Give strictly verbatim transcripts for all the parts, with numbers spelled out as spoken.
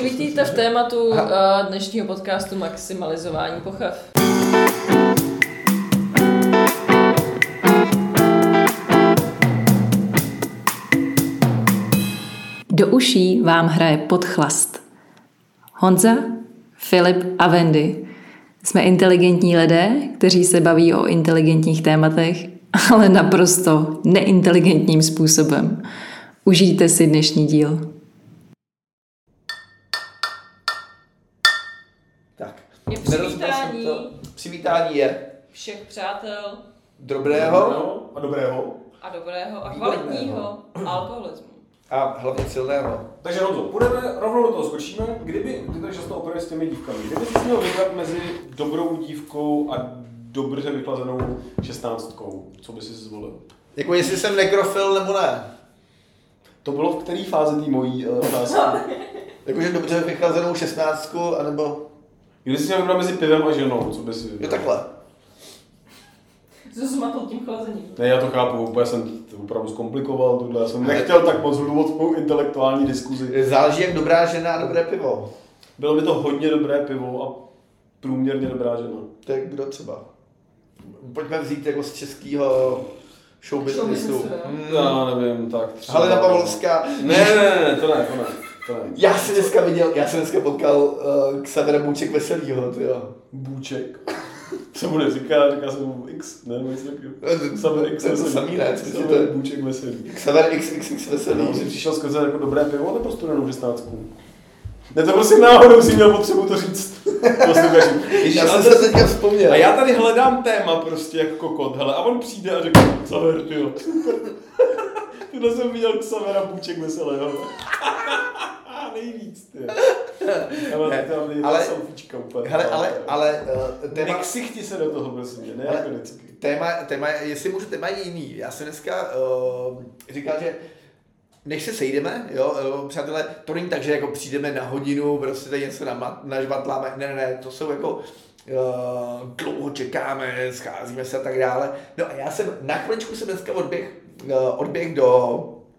vítejte v tématu uh, dnešního podcastu Maximalizování pochav. Do uší vám hraje Podchlast. Honza, Filip a Wendy. Jsme inteligentní lidé, kteří se baví o inteligentních tématech, ale naprosto neinteligentním způsobem. Užijte si dnešní díl. Tak. Je přivítání. Přivítání je Všech přátel. Dobrého. A dobrého. A dobrého a kvalitního alkoholismu. A hlavně silného. Takže Honzo, půjdeme rovnou do toho, skočíme. Kdyby, ty tak často operuješ s těmi dívkami, kdyby jsi měl vybrat mezi dobrou dívkou a dobře vychlazenou šestnáctkou, co by si zvolil? Jako jestli jsem nekrofil nebo ne. To bylo v které fázi té mojí uh, otázky? Jakože dobře vychlazenou šestnáctku, anebo... Kdyby jsi měl vybrat mezi pivem a ženou, co by si vybral? Jo takhle. Co zmatl tím chlazením? Ne, já to chápu, úplně jsem to opravdu zkomplikoval, tohle. Já jsem nechtěl tak moc hlubot intelektuální diskuzi. Záleží jak dobrá žena a dobré pivo. Bylo by to hodně dobré pivo a průměrně dobrá žena. Tak kdo třeba? Pojďme vzít jako z českého showbiznesu. Hmm. Já nevím, tak třeba... Halina Pavlovská. Ne, ne, ne, to ne, to ne. To ne. Já jsem dneska viděl, já jsem dneska potkal uh, Xavera Bůček Veselýho, tyjo. Bůček. Co mu neříká, říká se mu X, ne, nebo něco takového. Xaver X to je to Veselý. samý, ne? Xaver Bůček Veselý. Xaver X X X Veselý. No, jsi přišel skrze jako dobré pivo nebo studenou šestnáctku? Ne, to prostě náhodou si měl potřebu to říct. Já jsem se teďka vzpomněl. A já tady hledám téma prostě jako kokot, hele, a on přijde a řekne, Xaver, tyjo, super. Tyhle jsem viděl Xavera Bůček Veselého. Nejvíc, ty. Ale to tam ale, selfiečka úplně. Hele, ale, ale uh, téma... Neksichti se do toho, prosím mě, ne jako vždycky. Téma, téma, jestli můžu, téma je jiný. Já jsem dneska uh, říkal, že než se sejdeme, jo, uh, přátelé, to není tak, že jako přijdeme na hodinu, prostě tady něco nažvatláme, ne, ne, ne, to jsou jako uh, dlouho čekáme, scházíme se a tak dále. No a já jsem, na chviličku jsem dneska odběh, uh, odběh do,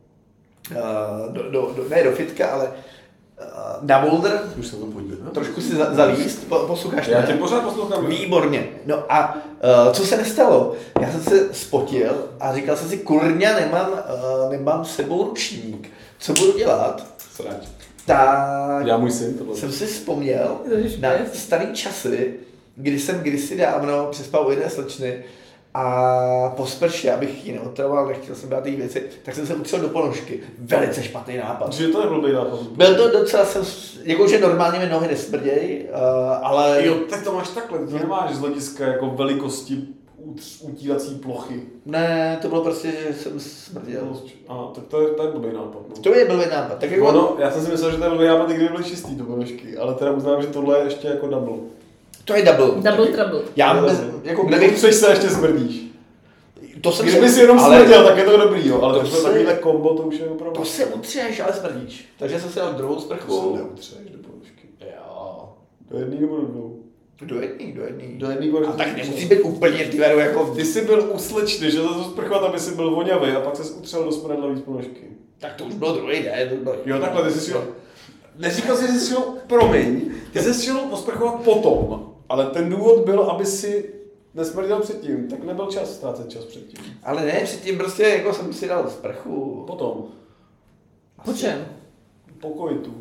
uh, do, do, do, ne do fitka, ale na boulder, už se to pojde, ne? Trošku si za, zalíst, po, posloucháš? Já tě pořád poslouchám. Výborně. No a uh, co se nestalo? Já jsem se spotil a říkal jsem si, kurňa, nemám, uh, nemám s sebou ručník. Co budu dělat? Sráč. Tak já můj syn, to bylo. Jsem si vzpomněl na starý časy, kdy jsem kdysi dávno přespal u jedné slečny a po sprše, abych ji neotravoval, nechtěl jsem dát jí věci, tak jsem se utřel do ponožky. Velice špatný nápad. Že to je blbý nápad. Byl to docela, jsem, jakože normálně mi nohy nesmrděj, uh, ale... Jo, tak to máš takhle, to nemáš z hlediska jako velikosti utírací plochy. Ne, to bylo prostě, že jsem smrděl. Aha, tak to je, to je blbý nápad. No. To je blbý nápad. Tak jako... Ono, já jsem si myslel, že to je blbý nápad, kdyby byly čistý do ponožky, ale teda uznám, že tohle je ještě jako double. To je double. Double trouble. Já bez, jako kdybych... Kdybych se ještě smrdíš. To jsem Kdyby se... si jenom ale... smrděl, tak je to dobrý, jo, ale to to se... takovýhle kombo, to už je opravdu... To se utřeš, ale smrdíš. Takže jsem si dal druhou sprchu. To se neutřeš do ponožky. Jo. Do jedný nebo do dvou? Do jedný, do jedný. Do jedný a tak nemusí být úplně ty veru jako... Ty jsi byl u slečny, že za to sprchovat, aby si byl vonavý a pak ses utřel do smradlavý z ponožky. Tak to už bylo druhý, ne? To bylo... Jo, takhle, ty jsi šel... Neříkal jsi, že jsi šel, promiň, ty jsi šel osprchovat potom, ale ten důvod byl, aby si nesmrděl předtím, tak nebyl čas ztrácet čas předtím. Ale ne, předtím prostě jako jsem si dal sprchu. Potom. Po čem? Po kojitu.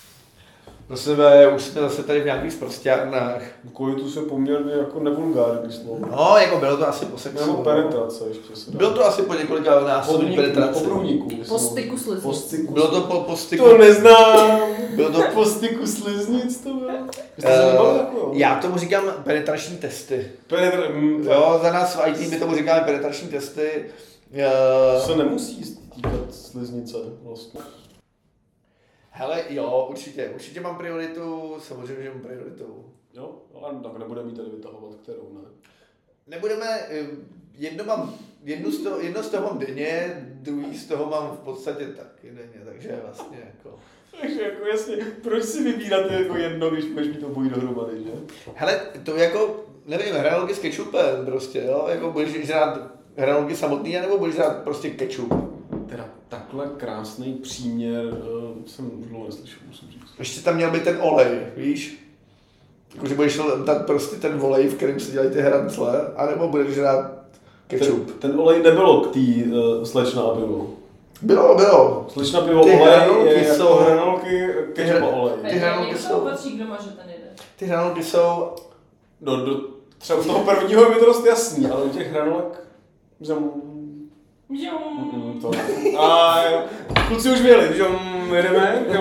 No sebe, už jsme zase tady v nějakých sprosťárnách. Po kojitu se poměrně jako nevulgární slovo. No, jako bylo to asi po sexu. Nebo penetrace ještě se dá. Bylo to asi po několika násobných penetraci. Po průniku. Po styku sliznic. Po styku. Bylo to po, po styku. To neznám. Bylo to po styku sliznic to bylo. Uh, já tomu říkám penetrační testy. Penetra... Mm, jo, za nás v í té my tomu říkáme penetrační testy. Uh, se nemusí týkat sliznice vlastně. Hele, jo, určitě, určitě mám prioritu, samozřejmě, že mám prioritu. Jo, ale tak nebudeme tady vytahovat, kterou ne. Nebudeme, jedno mám, jednu z toho, jedno z toho mám denně, druhý z toho mám v podstatě taky denně, takže vlastně jako... Takže jako jasně, proč si vybírat jako jedno, když budeš mít obojí dohromady, že? Hele, to jako, nevím, hranolky s kečupem prostě, jo, jako budeš žrát hranolky samotný, anebo budeš žrát prostě kečup? Teda takhle krásný příměr uh, jsem už dlouho neslyšel, musím říct. Ještě tam měl být ten olej, víš? Jakože budeš dát prostě ten olej, v kterém se dělají ty hrancle, anebo budeš dát ketchup. Ten, ten olej nebylo k té uh, slečna a pivo. Bylo, bylo. Slečna pivo, ty olej je jsou... jako hranolky, ketchup a olej. Ty hranolky jsou... patří, kdo má, že ten jede. Ty hranolky jsou... Do, do, třeba z toho prvního je mi to dost jasný, ale u těch hranolek... Žom... Žom... To ne. A jo. Kluci už věděli, žom, jedeme, žom...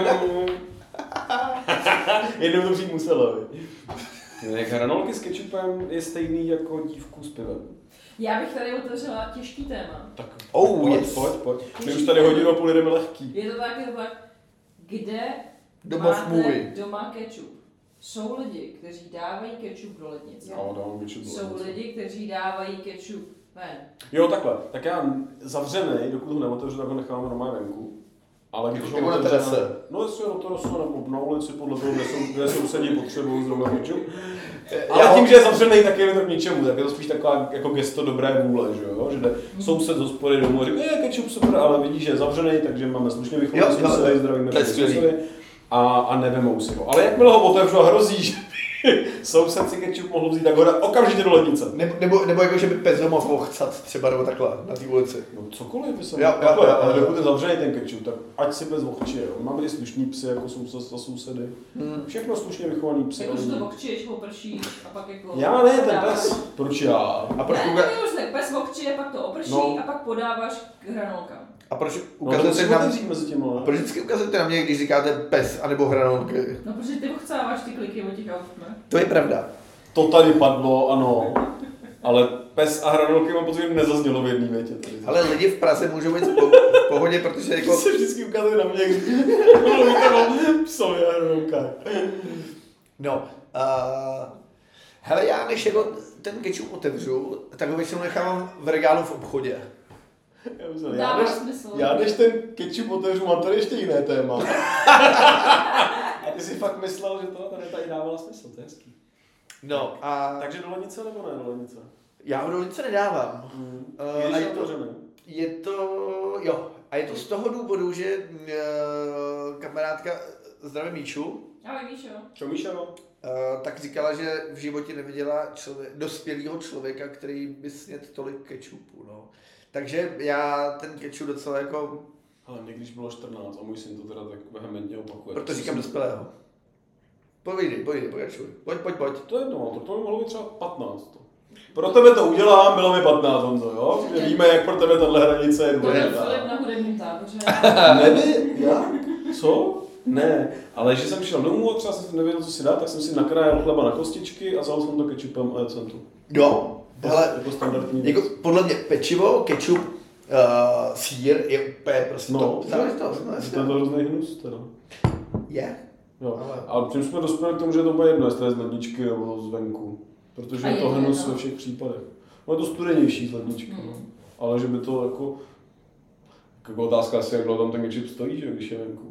Jednou to přijít muselo. Jak hranolky s ketchupem je stejný jako dívku s pivem. Já bych tady otevřela těžký téma. Tak oh, pojď, yes. pojď, pojď. My už tady hodinu a půl jdeme lehký. Je to tak, je to tak. Kde Domov máte můj. doma ketchup? Jsou lidi, kteří dávají ketchup do lednice. Jo, dávám ketchup do Jsou lednice. lidi, kteří dávají ketchup ven. Jo, takhle. Tak já zavřenej, dokud ho neotevřu, tak ho nechám normálně venku. Ale když Nebo ho na otevřeme, terase. no jestli je na terase nebo na ulici, podle toho, kde, jsou, kde sousedí potřebují zrovna ketchup. Já Ale ho- tím, že je zavřenej, tak je to k ničemu, tak je to spíš taková jako gesto dobré vůle, že jo? Že jde soused z hospody domů a říká, je ketchup super, ale vidíš, že je zavřenej, takže máme slušně vychované Jo, jo, sousedy, zdravíme to je všechny skvělý. sousedy a, a nevemou si ho. Ale jakmile ho otevřu a hrozí, že by soused si ketchup mohl vzít, tak ho dá okamžitě do lednice. Nebo, nebo, nebo jako, že by pes ho mohl ochcat třeba nebo takhle na té ulici. No cokoliv by se Jo, jo, takhle, jo, ale jo. dokud je zavřený ten ketchup, tak ať si bez ochči, jo. Máme i slušný psy jako soused a sousedy. Hmm. Všechno slušně vychovaný psy. Jako, že to okčíš, opršíš a pak jako... Já ne, ten podáváš. pes. Proč já? A proč, Ne, uka- to je různé. Pes okčije, pak to oprší No. a pak podáváš k hranolkám. a proč No, to ukazujete musím na... otevřít mezi těmi. A proč vždycky ukazujete na mě, když říkáte pes anebo hranolky? No, protože ty ochcáváš ty kliky od těch aut, ne? To je pravda. To tady padlo, ano. Ale pes a hranolky mám pocit, že nezaznělo v jedné větě. Tady. Ale lidi v Praze můžou být v po- v pohodě, protože To jako... se vždycky ukazuje na mě, když mluvíte o psovi a hranolkách. No, uh, hele, já než jako ten ketchup otevřu, tak ho většinou nechávám v regálu v obchodě. Já, myslel, já, Dává než, smysl. já než ten ketchup otevřu, mám tady ještě jiné téma. A ty si fakt myslel, že tohle tady tady dávala smysl, to je hezký. No a Takže do lednice nebo ne do lednice? já ho do lednice nedávám. Hmm. Uh, Když a je je to, otevřený. je to, jo, a je to z toho důvodu, že uh, kamarádka, zdravím Míšu, Ahoj, Míšo. Čo, Míša, no? Uh, tak říkala, že v životě neviděla člověk, dospělého člověka, který by snědl tolik kečupu, no. Takže já ten kečup docela jako, Ale mě když bylo čtrnáct a můj syn to teda tak vehementně opakuje. proto říkám dospělého. Povídej, povídej, pokračuj. Pojď, pojď, pojď. To je jedno, to, to by mohlo být třeba patnáct. Pro tebe to udělám, bylo mi patnáct, Honzo, jo? Že víme, jak pro tebe tahle hranice je To je důležitá. Filip na hudebním táboře. Neby, já? Co? Ne, ale že jsem šel domů a třeba jsem nevěděl, co si dát, tak jsem si nakrájel chleba na kostičky a vzal jsem to kečupem a jedl jsem to. Jo, hele, Jako standardní jako věc. podle mě pečivo, kečup, uh, sýr je úplně prostě No, top záležitost. No, to jasně. je to hrozný hnus teda. Je. Jo. Ale- A tím jsme dospěli k tomu, že je to bude jedno, jestli to je z ledničky nebo zvenku. Protože A je to je to hnus jedno. ve všech případech. No je to studenější z ledničky, Hmm. no. Ale že by to jako... Jako otázka asi, jak dlouho tam ten ketchup stojí, že když je venku.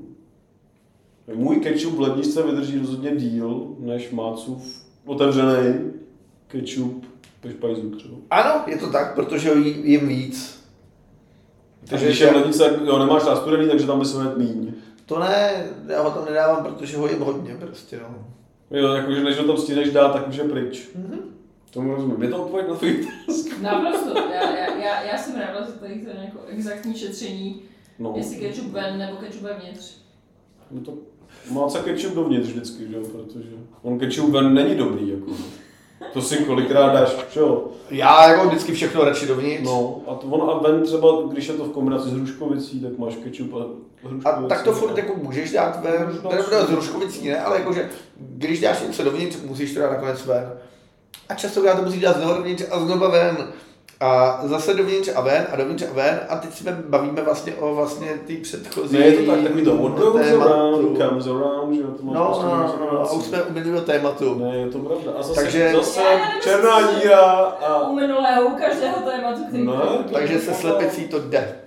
Můj ketchup v ledničce vydrží rozhodně díl, než Mácův otevřený ketchup ve špajzu třeba. Ano, je to tak, protože ho jí- jim víc. Takže když je v ledničce, jo, nemáš rád studený, takže tam by se jet míň. To ne, já ho tam nedávám, protože ho jim hodně prostě, no. Jo, jakože než ho tam stíneš dát, tak už je pryč. Mhm. Tomu rozumím. Je to odpověď na tvůj otázku? Naprosto. Já, já, já, já jsem ráda, že tady to je jako exaktní šetření, No. jestli ketchup ven nebo ketchup vevnitř. No to má se ketchup dovnitř vždycky, že jo, protože on ketchup ven není dobrý, jako. To si kolikrát dáš, že jo. Já jako vždycky všechno radši dovnitř. No, a to on a ven třeba, když je to v kombinaci s hruškovicí, tak máš ketchup a hruškovicí. A tak to furt jako můžeš dát ven, Možná teda si- teda z ruškovicí ne, ale jakože když dáš něco dovnitř, musíš to dát nakonec ven. A častokrát to musíš dát znovu dovnitř a znovu ven. A zase dovnitř a ven a dovnitř a ven a teď se bavíme vlastně o vlastně ty předchozí. Ne, je to tak, takový to what goes tématu. around, comes around, že jo, to No, máš no, prostě no, různé no, no, a věci. už jsme u minulého tématu. Ne, je to pravda. A zase, Takže- zase Já nevím, černá jestli- díra a... U minulého, u každého tématu, který... Ne, Takže se slepicí to jde.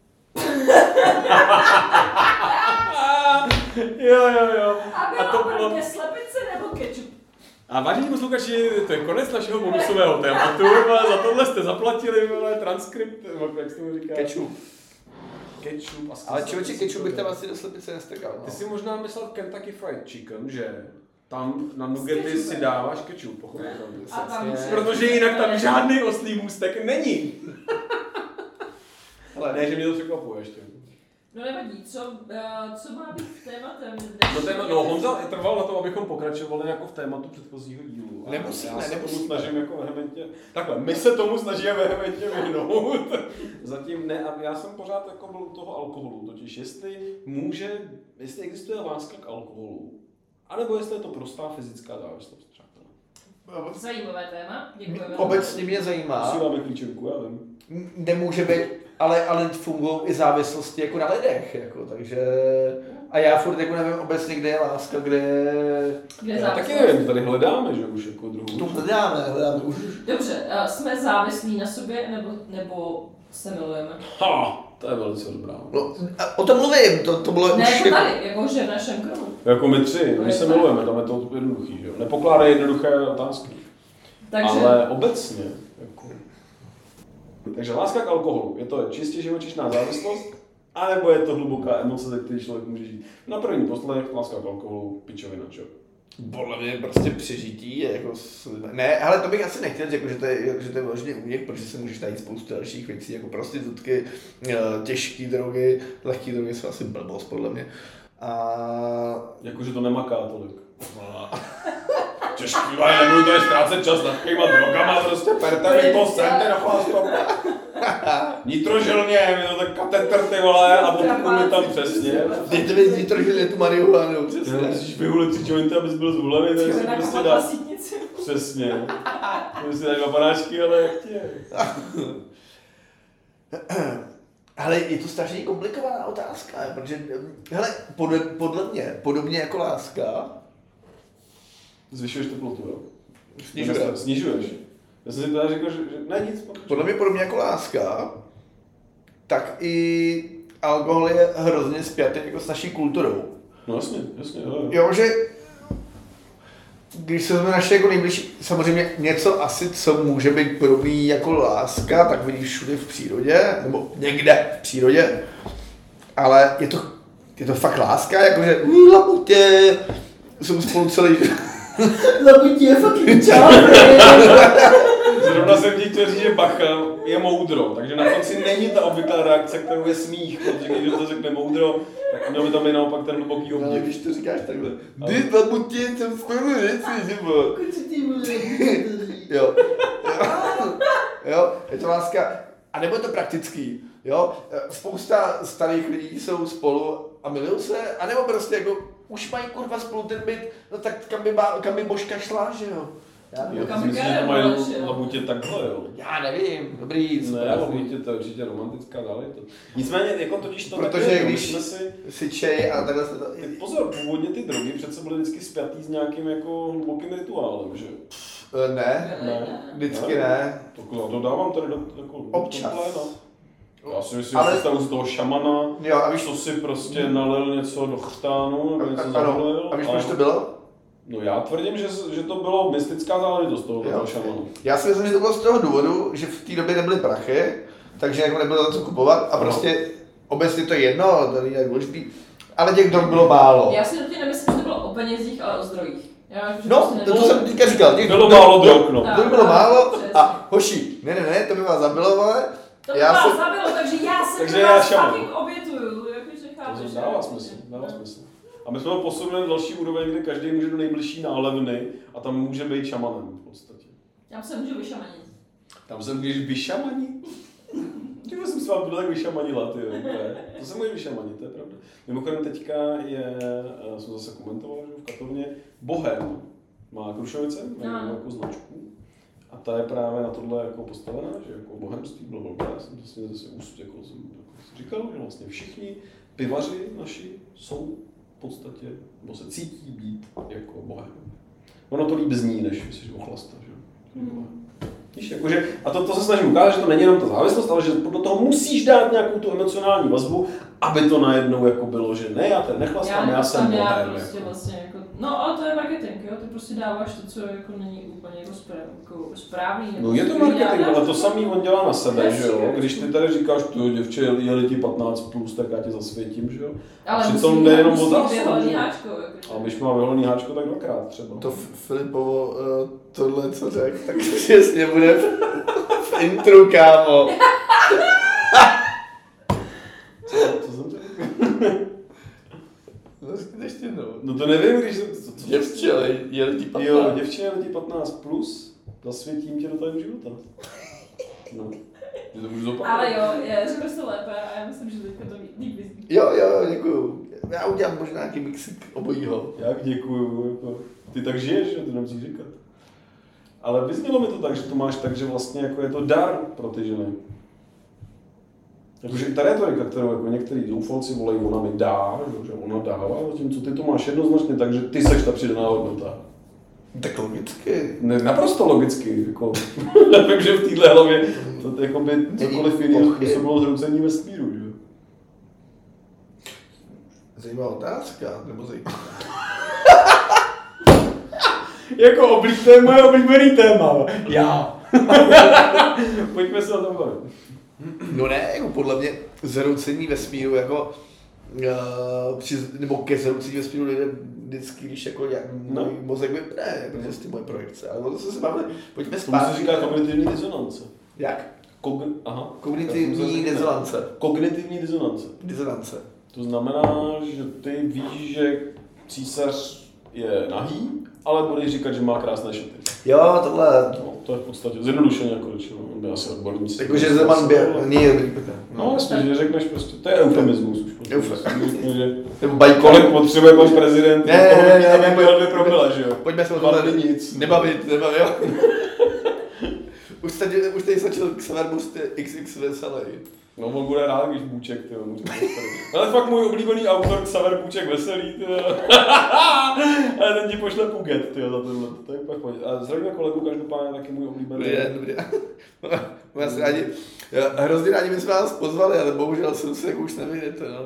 Jo, jo, jo. A A bylo to bylo... pro slepice nebo ketchup? A vážení posluchači, to je konec našeho bonusového tématu, ale za tohle jste zaplatili, vole, transkript, nebo jak se tomu říká? Ketchup. ketchup a Ale člověče, ketchup bych tam asi do slepice nestrkal. Ty si možná myslel Kentucky Fried Chicken, že tam na nuggety si dáváš ketchup, pochopitelně. Protože jinak tam žádný oslý můstek není. Ale ne, že mě to překvapuje ještě. No nevadí, co, uh, co má být tématem? No, téma, no Honza trval na tom, abychom pokračovali jako v tématu předchozího dílu. Nemusíme, já se nemusíme. tomu snažím jako vehementně, takhle, my se tomu snažíme vehementně vyhnout. Zatím ne, a já jsem pořád jako byl u toho alkoholu, totiž jestli může, jestli existuje láska k alkoholu, anebo jestli je to prostá fyzická závislost, přátelé. Zajímavé téma, děkujeme. Obecně mě zajímá. Posíláme klíčenku, já vím. Nemůže být, ale, ale fungují i závislosti jako na lidech, jako, takže... A já furt jako nevím obecně, kde je láska, kde je... Kde je já taky nevím, tady hledáme, že už jako druhou. Tu hledáme, hledáme už. Dobře, uh, jsme závislí na sobě, nebo, nebo se milujeme? Ha, to je velice dobrá. No, o tom mluvím, to, to bylo ne, už... jako tady, jakože v našem kruhu. Jako my tři, my se milujeme, tam je to jednoduchý, že jo. Nepokládej jednoduché otázky. Takže... Ale obecně, jako... Takže láska k alkoholu, je to čistě živočišná závislost, anebo je to hluboká emoce, ze které člověk může žít. Na první poslech láska k alkoholu, pičovina, čo? Podle mě prostě přežití je jako... Ne, ale to bych asi nechtěl řekl, že to je, že to je vložený únik, protože se můžeš najít spoustu dalších věcí, jako prostitutky, těžké drogy, lehké drogy jsou asi blbost, podle mě. A... Jakože to nemaká tolik. Těžký vaj, nebudu tady ztrácet čas nad těma drogama, prostě perte mi to sem, ty na chlasto. Nitrožilně, mi to tak katetr, ty vole, a popku mi tam přesně. Dejte mi nitrožilně tu marihuanu, přesně. Já musíš vyhulit tři jointy, abys byl zhulený, tak si prostě dá. Přesně. To si dáš dva panáčky, ale jak tě. Ale je to strašně komplikovaná otázka, protože, hele, podle, podle mě, podobně jako láska, zvyšuješ teplotu, jo? Snižuješ. Snižuješ. Já jsem si teda řekl, že, že ne nic. Podle mě podobně jako láska, tak i alkohol je hrozně spjatý jako s naší kulturou. No jasně, jasně, jo. Jo, že když se jsme našli jako nejbližší, samozřejmě něco asi, co může být podobný jako láska, tak vidíš všude v přírodě, nebo někde v přírodě, ale je to, je to fakt láska, jakože labutě, jsou spolu celý... Labutě je fucking čáry. Zrovna jsem ti chtěl říct, že bacha je moudro, takže na konci není ta obvyklá reakce, kterou je smích, protože když to řekne moudro, tak měl by tam být naopak ten hluboký obdiv. No, když to říkáš takhle, ty labutě, jsem spolu věci, že bo. Jo. Jo, je to láska, a nebo je to praktický, jo, spousta starých lidí jsou spolu a milují se, anebo prostě jako už mají kurva spolu ten byt, no tak kam by, ba, kam by božka šla, že jo? Já si myslím, že to mají labutě takhle, jo. Já nevím, dobrý, ne, labutě to je určitě romantická záležitost. Nicméně, jako totiž to protože také, když si... si čej a takhle se to... Tak pozor, původně ty drogy přece byly vždycky spjatý s nějakým jako hlubokým rituálem, že jo? Ne, ne, vždycky ne. To, to dávám tady do, jako, občas. Do já si myslím, ale... že představu z toho šamana, jo, a víš... co si prostě nalil něco do chřtánu, nebo něco zavolil. A víš, proč to bylo? No já tvrdím, že, že to bylo mystická záležitost toho, toho šamanu. Já si myslím, že to bylo z toho důvodu, že v té době nebyly prachy, takže jako nebylo za co kupovat a prostě obecně to je jedno, to není tak důležitý, ale těch drog bylo málo. Já si to nemyslím, že to bylo o penězích, ale o zdrojích. Já, no, prostě to, to jsem teďka říkal. Těch bylo málo drog, no. To bylo málo a hoši, ne, ne, ne, to by vás zabilo, vole. To by vás se... zabilo, takže já se takže já fucking obětuju, jakože chápeš. To dává smysl, dává smysl. A my jsme ho posunuli na další úroveň, kde každý může do nejbližší nálevny a tam může být šamanem v podstatě. Tam se můžu vyšamanit. Tam se můžeš vyšamanit? Ty jsem s vámi byl tak vyšamanila, ty jo. To se může vyšamanit, to je pravda. Mimochodem teďka je, jsem zase komentoval, že v Katovně, Bohem má Krušovice, má jako značku. A ta je právě na tohle jako postavená, že jako bohemství bylo velké. Já jsem vlastně zase úst, jako jsem jako říkal, že vlastně všichni pivaři naši jsou v podstatě, nebo se cítí být jako bohem. Ono to líp zní, než jsi ochlasta, že? Mm. Víš, jakože, a to, to se snažím ukázat, že to není jenom ta závislost, ale že do toho musíš dát nějakou tu emocionální vazbu, aby to najednou jako bylo, že ne, já ten nechlastám, já, já jsem bohem. Já prostě jako. vlastně jako No, ale to je marketing, jo? Ty prostě dáváš to, co jako není úplně jako, správ, jako správný. No je to marketing, ale to samý on dělá na sebe, že jo? Když ty tady říkáš, tu děvče, jeli ti patnáct plus, tak já tě zasvětím, že jo? Ale přitom musí, nejenom musí otázku. vyholený háčko. Jako, a když má vyholený háčko, tak dvakrát třeba. To Filipovo, uh, tohle, co řekl, tak přesně bude v, v intru, kámo. Co, co jsem řekl? No, ještě no. No to nevím, když jsem... Co, co, Děvče, je lidi patnáct. Jo, děvče, je lidi patnáct plus, zasvětím tě do toho života. No, že to můžu zopakovat. ale jo, je, řekl jsi to lépe a já myslím, že teďka to líp vyzní. Jo, jo, děkuju. Já udělám možná nějaký mixik obojího. Jak děkuju, jako, ty tak žiješ, že to nemusíš říkat. Ale vyznělo mi to tak, že to máš tak, že vlastně jako je to dar pro ty ženy. Jakože i ta retorika, kterou jako některý zoufalci volají, ona mi dá, že ona dává, zatímco ty to máš jednoznačně tak, že ty seš ta přidaná hodnota. Tak logicky. Ne, naprosto logicky, jako, takže v téhle hlavě to jako by cokoliv jiného způsobilo zhroucení vesmíru, že? Zajímavá otázka, nebo zajímavá. Jako oblík, to je moje oblíbený téma, já. Pojďme se o tom bavit. No ne, jako podle mě zhroucení vesmíru, jako, uh, při, nebo ke zhroucení vesmíru nejde vždycky, když jako já, můj no. mozek vypne, protože ty moje projekce, ale to se bavili, pojďme Tomu se zpátky. říká kognitivní disonance. Jak? Kogn... Aha. Kognitivní disonance. Kognitivní disonance. Disonance. To znamená, že ty víš, že císař je nahý, ale budeš říkat, že má krásné šaty. Jo, tohle. No, to je v podstatě zjednodušeně jako řečeno, on by asi odborníci. Jakože Zeman běl, nie, no, jasně, že řekneš prostě, to je eufemismus už. Eufemismus. Že nebo bajko. kolik potřebuje pan prezident, ne, ne, ne, ne, aby byl dvě promile, že jo? Pojďme se o tomhle tomhle nic. nebavit, nebavit, jo. Už tady, už tady stačil Xaverbus iks iks veselý. No, on bude rád, když Bůček, ty jo, může ale fakt můj oblíbený autor Xaver Bůček Veselý, ty jo. Ale ten ti pošle puget, ty jo, za tohle, to je pak pojď. A zdravíme kolegu, každopádně taky můj oblíbený. Dobrý den, dobrý den. Vás rádi, hrozně rádi bychom vás pozvali, ale bohužel jsem se jako už nevyjdete, no.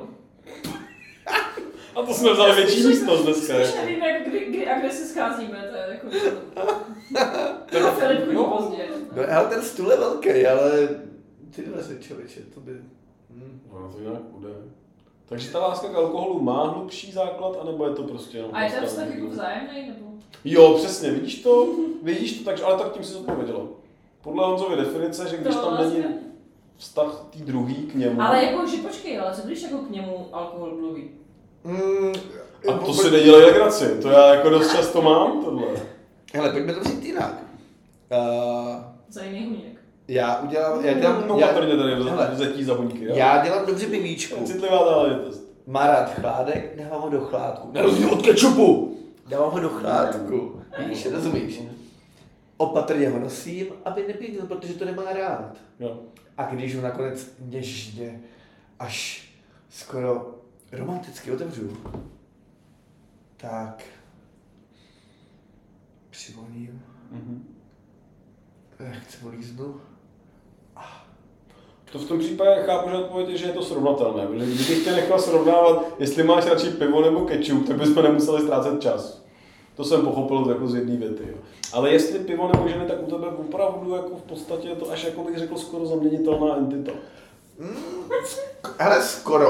A to jsme vzali větší místnost dneska. Spíš nevím, jak, kdy, kdy a kde se scházíme, to je jako... To Filip chodí pozdě. No, ale ten stůl je velký, ale ty dva se člověče, to by... Hmm. No, to jinak bude. Takže ta láska k alkoholu má hlubší základ, anebo je to prostě jenom... A je ten vztah jako vzájemný, nebo? Jo, přesně, vidíš to, vidíš to, takže, ale tak tím si odpověděla. Podle Honzovy definice, že když To tam vlastně... není vztah tý druhý k němu... Ale jako, že počkej, ale co když jako k němu alkohol mluví? Mm, A to si nedělej legraci, to já jako dost často mám tohle. Hele, pojďme to vzít jinak. Uh, Za jiný huněk. já udělám... Já dělám, No, já, patrně tady hele, vzetí za buňky, jo? já dělám dobře pivíčku. Citlivá záležitost. Má rád chládek, dávám ho do chládku. Na rozdíl od kečupu! Dávám ho do chládku. Víš, rozumíš? Opatrně ho nosím, aby nepěnil, protože to nemá rád. Jo. A když ho nakonec něžně až skoro romanticky otevřu, tak přivolím, Mhm. chci ho líznu. To v tom případě chápu, že odpověď je, že je to srovnatelné, protože kdybych tě nechal srovnávat, jestli máš radši pivo nebo kečup, tak bychom nemuseli ztrácet čas. To jsem pochopil jako z jedné věty. Jo. Ale jestli pivo nebo ženy, tak u tebe opravdu jako v podstatě je to až jako bych řekl skoro zaměnitelná entita. Mm, ale skoro.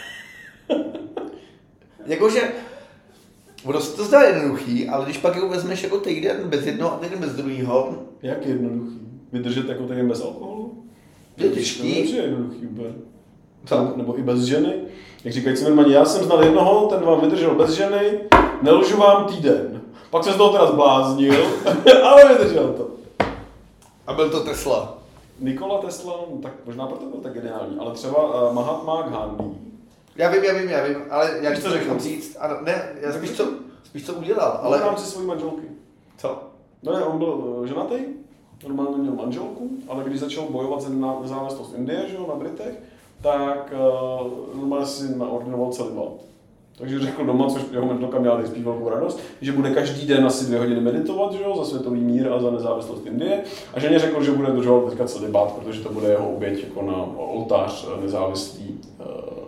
Jakože, ono se to zdá jednoduchý, ale když pak ho vezmeš jako týden bez jednoho a týden bez druhého. Jak jednoduchý? Vydržet jako týden bez alkoholu? Je těžký. To je jednoduchý úplně. Co? Nebo i bez ženy. Jak říkají Cimrmani, já jsem znal jednoho, ten vám vydržel bez ženy, nelžu vám týden. Pak se z toho teda zbláznil, ale vydržel to. A byl to Tesla. Nikola Tesla, no, tak možná proto byl tak geniální, ale třeba uh, Mahatma Gandhi. Já vím, já vím, já vím, ale já Víš, to co řeknu řeknu? říct, ano, ne, já spíš co, spíš co udělal, Ale v ale... rámci svojí manželky. Co? No ne, on byl uh, ženatý, normálně měl manželku, ale když začal bojovat za nezávislost Indie, že jo, na Britech, tak uh, normálně si naordinoval celibát. Takže řekl doma, což jeho manželka měla nejspíš velkou radost, že bude každý den asi dvě hodiny meditovat, že jo, za světový mír a za nezávislost Indie. A ženě řekl, že bude držovat teďka celibát, protože to bude jeho oběť jako na oltář nezávislý uh,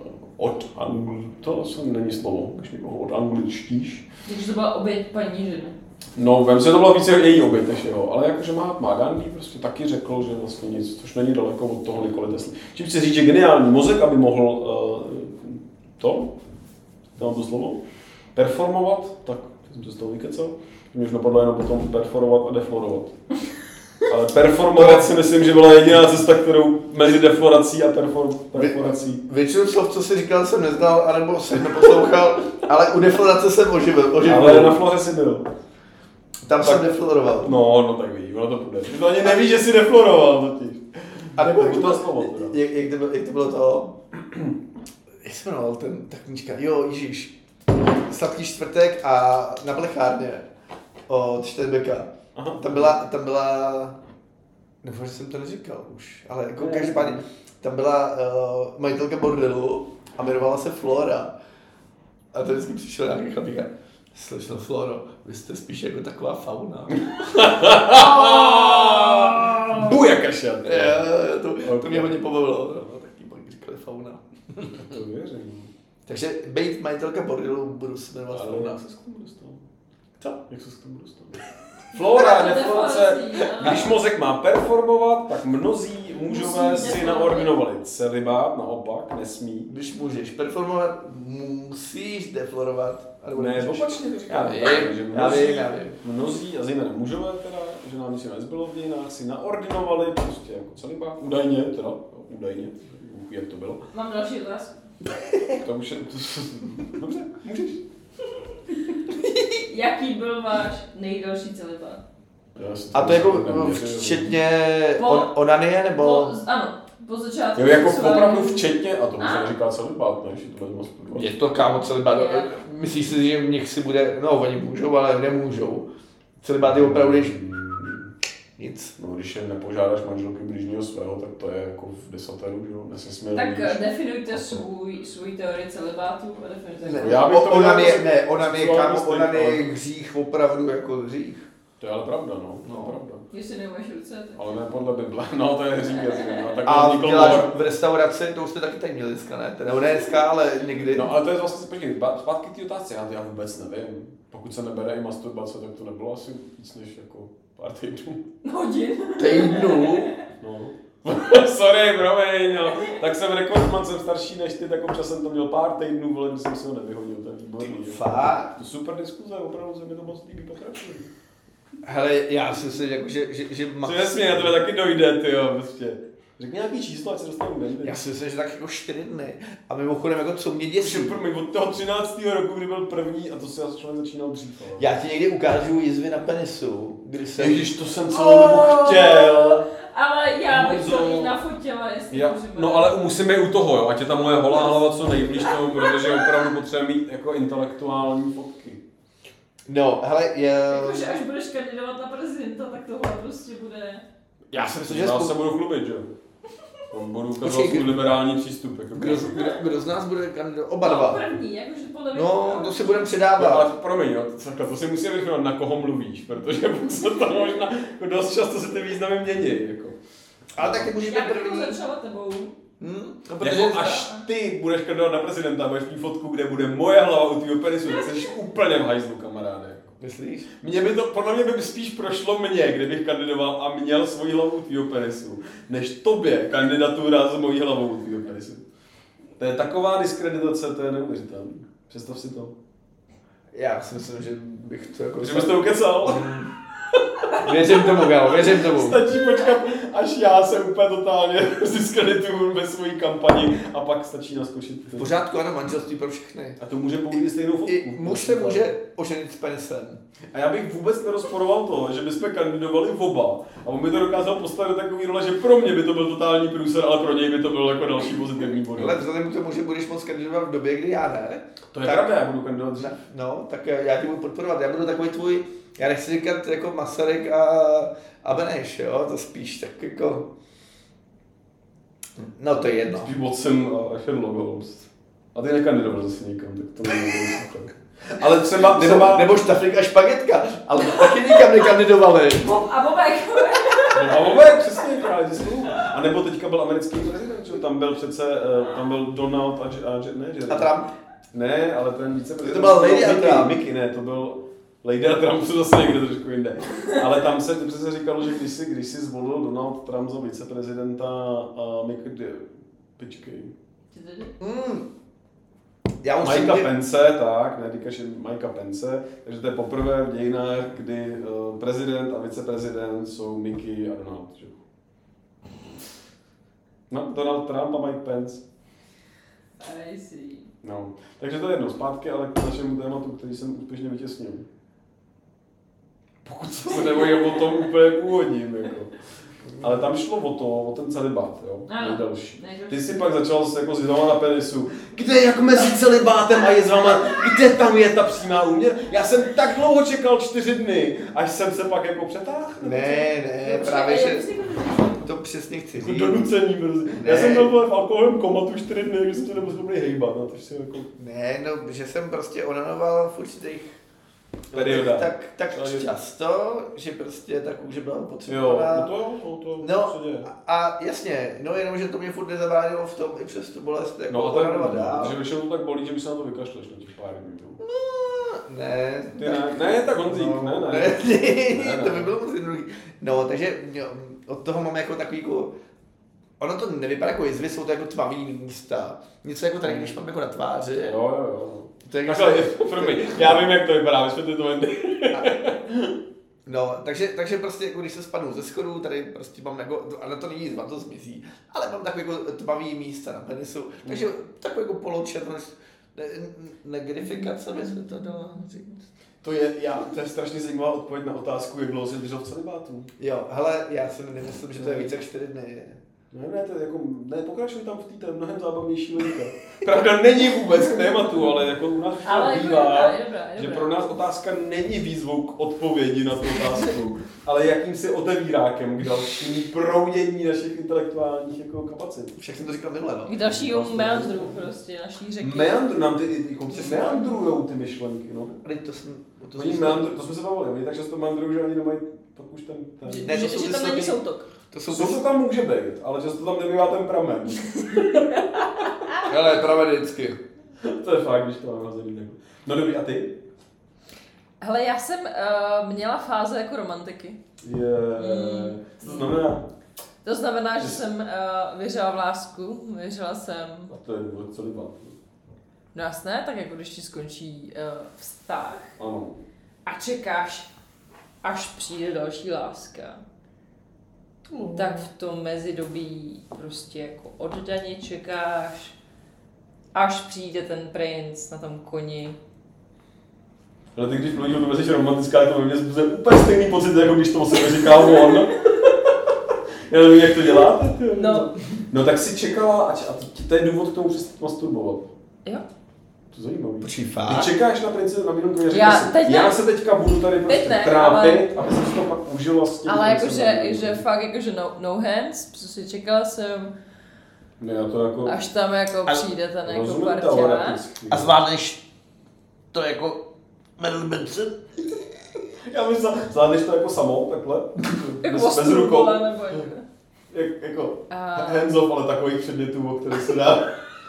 Od angl... To asi není slovo, když někoho od angličtíš. Takže to byla oběť paní ženy. No, vem se, to byla více její oběť než jeho, ale jakože Mahatma Gandhi prostě taky řekl, že vlastně nic, což není daleko od toho Nikoli Tesly. Čím chci říct, že geniální mozek, aby mohl uh, to, tam to slovo, performovat, tak jsem se z toho vykecal, mě už napadlo jenom potom performovat a deflorovat. Ale performovat si myslím, že byla jediná cesta, kterou mezi deflorací a perform, perforací. Většinu slov, co jsi říkal, jsem neznal, anebo jsem neposlouchal, ale u deflorace jsem oživil. oživil. Ale na floře si byl. Tam tak, jsem defloroval. No, no tak víš, ono to půjde. Ty to ani nevíš, že jsi defloroval totiž. A nebo jak to, to slovo, jak, jak, to bylo, jak to bylo to... Jak se jmenoval ten, ta knížka? Jo, Ježíš. Sladký čtvrtek a na plechárně od Steinbecka. Tam byla, tam byla... Nebo že jsem to neříkal už, ale jako každopádně, tam byla uh, majitelka bordelu a jmenovala se Flora. A to vždycky přišel nějaký chlapík a slyšel Floro, vy jste spíš jako taková fauna. Bujakaša! To, to okay. Mě hodně pobavilo, no, tak tím pak říkali fauna. To věřím. Takže být majitelka bordelu budu se jmenovat ale fauna. jak se k tomu dostal? Co? Jak se k tomu dostal? Flora, deflace. Když mozek má performovat, tak mnozí mužové si naordinovali celibát, naopak, nesmí. Když můžeš performovat, musíš deflorovat. Ne, opačně to říkám. Já vím, já vím, já vím. Mnozí, a zejména mužové teda, že nám nic nezbylo v dějinách, si naordinovali prostě jako celibát. Údajně, teda, údajně, jak to bylo. Mám další otázku. To už je, dobře, můžeš. Jaký byl váš nejdelší celibát? A to jako včetně po, on, onanie, nebo? Po, ano, po začátku. Jo, jako opravdu včetně, a to už se neříká celibát, než to vezme způsob. Je to kámo celibát, myslíš si, že v nich si bude, no oni můžou, ale nemůžou. Celibát je opravdu, když nic. No, když je nepožádáš manželky blížního svého, tak to je jako v desateru, že jo, nesmí. Tak definujte svůj, svůj teorii celibátu a definujte. Ne, já bych to onanie, ne, onanie, kámo, onanie je hřích, opravdu jako hřích. To je ale pravda, no, to je pravda. Jestli neumíš ruce, tak... Ale ne podle Bible, no to je hřích, no. Tak a děláš v restauraci, to už jsme taky tady měli dneska, ne? Teda ne dneska, ale někdy. No ale to je vlastně, počkej, zpátky k té otázce, já, já vůbec nevím. Pokud se nebere i masturbace, tak to nebylo asi víc než jako pár týdnů. Hodin. Týdnů? No. Sorry, promiň, no. Tak jsem rekordman, jsem starší než ty, tak občas jsem to měl pár týdnů, ale jsem si ho nevyhodil, to je výborný. Fakt? To super diskuze, opravdu se mi to moc líbí, pokračuji. Hele, já si myslím, jako, že, že, že max... Co nesmí, na tebe taky dojde, tyjo, prostě. Řekni nějaký číslo, ať se dostanu den. Já si myslím, že tak jako čtyři dny. A mimochodem, jako co mě děsí. Promiň, od toho třináctého roku, kdy byl první, a to si já člověk začínal dřív. Ale. Já ti někdy ukážu jizvy na penisu, kdy jsem... Ježiš, to jsem celou dobu oh, chtěl. Ale já bych to jít nafotila, jestli já, můžeme. No ale musíme i u toho, jo, ať je ta moje holá hlava co nejblíž tomu, protože opravdu potřebujeme mít jako intelektuální fotky. No, hele, je... Jakože až budeš kandidovat na prezidenta, tak tohle prostě bude... Já si myslím, že... Já spolu... se budu chlubit, že jo? Budu ukazovat svůj liberální přístup. Jako kdo, kdo, kdo z nás bude kandidovat? Oba dva. No, první, jakože podle mě... No, to si budeme předávat. No, ale promiň, jo, to, to si musíme vychnout, na koho mluvíš, protože se to možná, jako dost často se ty významy mění, jako. Ale tak ty můžeš být první. Já bych začala tebou. Hmm? No, jako až ty budeš kandidovat na prezidenta a budeš mít fotku, kde bude moje hlava u tvýho penisu, tak jsi úplně v hajzlu, kamaráde. Myslíš? Mně by to, podle mě by spíš prošlo mě, kdybych kandidoval a měl svoji hlavu u tvýho penisu, než tobě kandidatura s mojí hlavou u tvýho penisu. To je taková diskreditace, to je neuvěřitelné. Představ si to. Já si myslím, že bych to jako... Že bys to ukecal? Věřím tomu, kámo, věřím tomu. Stačí počkat, až já se úplně totálně diskredituju ve svojí kampani a pak stačí naskočit. V pořádku, ano, manželství pro všechny. A to může použít stejnou fotku. I muž se může oženit s penisem. A já bych vůbec nerozporoval to, že bychom kandidovali v oba. A on by to dokázal postavit takový role, že pro mě by to byl totální průser, ale pro něj by to byl jako další pozitivní bod. Ale vzhledem k tomu, že budeš moc kandidovat v době, kdy já ne. To je tak, pravda, já budu kandidovat dřív. No, tak já tě budu podporovat. Já budu takový tvůj, já nechci říkat jako Masaryk a, a Beneš, jo, to spíš tak jako... No to je jedno. Spíš Watson a Sherlock Holmes. A ty nekandidoval zase nikam, tak to nebudu super. Ale třeba, nebo, třeba... nebo Štaflik a Špagetka, ale taky nikam nekandidovali. A Bobek. A Bobek, přesně, právě, že jsou. A nebo teďka byl americký prezident, že? Tam byl přece, tam byl Donald a, a ne, Jerry. A Trump? Ne, ale ten viceprezident. To byl Lady a Trump. Mickey, ne, to byl Lady a Trump, to zase někde trošku jinde. Ale tam se přece říkalo, že když si, když si zvolil Donald Trump za viceprezidenta a Mickey, pičkej. Mm. Já Mikea Pence, tak, ne, říkáš Mikea Pence, takže to je poprvé v dějinách, kdy uh, prezident a viceprezident jsou Mickey a Donald, že? No, Donald Trump a Mike Pence. I see. No, takže to je jedno zpátky, ale k našemu tématu, který jsem úspěšně vytěsnil. Pokud se nebojím o tom úplně původním, jako. Ale tam šlo o to, o ten celibát, jo, nejdelší. Ty si pak začal s, jako, s jizvama na penisu. Kde jak mezi celibátem a jizvama, kde tam je ta přímá úměr? Já jsem tak dlouho čekal čtyři dny, až jsem se pak jako přetáhl. Ne, ne, právě že to přesně chci říct. Donucení brzy. Já jsem byl v alkoholovém komatu čtyři dny, když jsem tě nebyl dobrý hejbat, no, si jako... Ne, no, že jsem prostě onanoval v určitých perioda. Tak, tak často, že prostě ta kůže byla potřebovaná. Jo, to, to, to, no, se děje. A jasně, no jenom, že to mě furt nezabránilo v tom i přes tu bolest jako no, onanovat dál. Protože většinou to tak bolí, že by se na to vykašleš na těch pár dní. No, ne. Ty ne, ne, tak Honzík, no, ne, ne. Ne, ne, ne, to by bylo moc jednoduchý. No, takže jo, od toho mám jako takový jako, ono to nevypadá jako jizvy, jsou to jako tmavý místa. Něco jako tady, když mám jako na tváři. Jo, jo, jo. Takhle, promiň, já vím, jak to vypadá, vysvětli to Wendy. No, takže, takže prostě jako když se spadnu ze schodů, tady prostě mám jako, ale to není jizva, to zmizí, ale mám takové jako tmavý místa na penisu, takže takový jako poločernost, ne, negrifikace by se to dalo říct. To je, já, to je strašně zajímavá odpověď na otázku, jak dlouho jsi držel v celibátu. Jo, hele, já si nemyslím, že to je více jak čtyři dny. Ne, ne, to je jako, ne, pokračuj tam v té mnohem zábavnější linka. Pravda není vůbec k tématu, ale jako u nás ale bývá, jako dobrá, je dobrá, je že dobrá. pro nás otázka není výzvou k odpovědi na tu otázku, ale jakýmsi otevírákem k dalšímu proudění našich intelektuálních jako kapacit. Však jsem to říkal minule, no. K dalšímu meandru prostě, naší řeky. Meandru, nám ty, jako ty meandrujou ty myšlenky, no. Ale to jsem, to, Oni meandru, to jsme se bavili, oni tak často meandrují, že ani nemají pak už ten... ten... Ne, to že, jsou že tam není soutok. To jsou Co to tam může být, ale často tam nebývá ten pramen. Hele, pramen vždycky. To je fakt, když to mám nazený. No dobrý, a ty? Hele, já jsem uh, měla fáze jako romantiky. Je... Mm. Co to znamená? To znamená, že jsem uh, věřila v lásku, věřila jsem... A to je důvod celibát. No jasné, tak jako když ti skončí uh, vztah Ano. a čekáš, až přijde další láska, mm. tak v tom mezidobí prostě jako oddaně čekáš, až přijde ten princ na tom koni. Ale ty když mluvíš o tom, že jsi romantická, to ve mně zbuzuje úplně stejný pocit, jako když to o sebe říká on. Já nevím, jak to děláte, ty. No. No tak si čekala, a, a to je důvod k tomu přestat masturbovat. Jo. To je zajímavý. Počkej, Ty fakt? čekáš na prince na bílém koně, Já, si, teď já ne. se teďka budu tady prostě ne, trápit, ale... aby jsem si to pak užila s tím. Ale jakože, že fakt jakože no, no hands, prostě čekala jsem, Ne, já to jako... až tam jako A přijde ten jako rozumím parťák. teoreticky. A zvládneš to jako Marilyn Manson? Já myslím, zvládneš to jako samou, takhle, Jako bez, bez rukou. nebo jako. Jak, jako A... hands off, ale takových předmětů, o které se dá.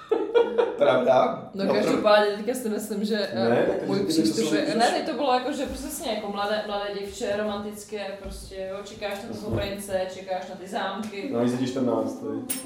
Pravda? No každopádně teďka si myslím, že Ne, tak můj ty přístup něco je... jsou- Ne, teď to bylo jako, že přesně jako mladé, mladé děvče, romantické, prostě jo, čekáš na toho prince, čekáš na ty zámky. No, jsi čtrnáct, tady.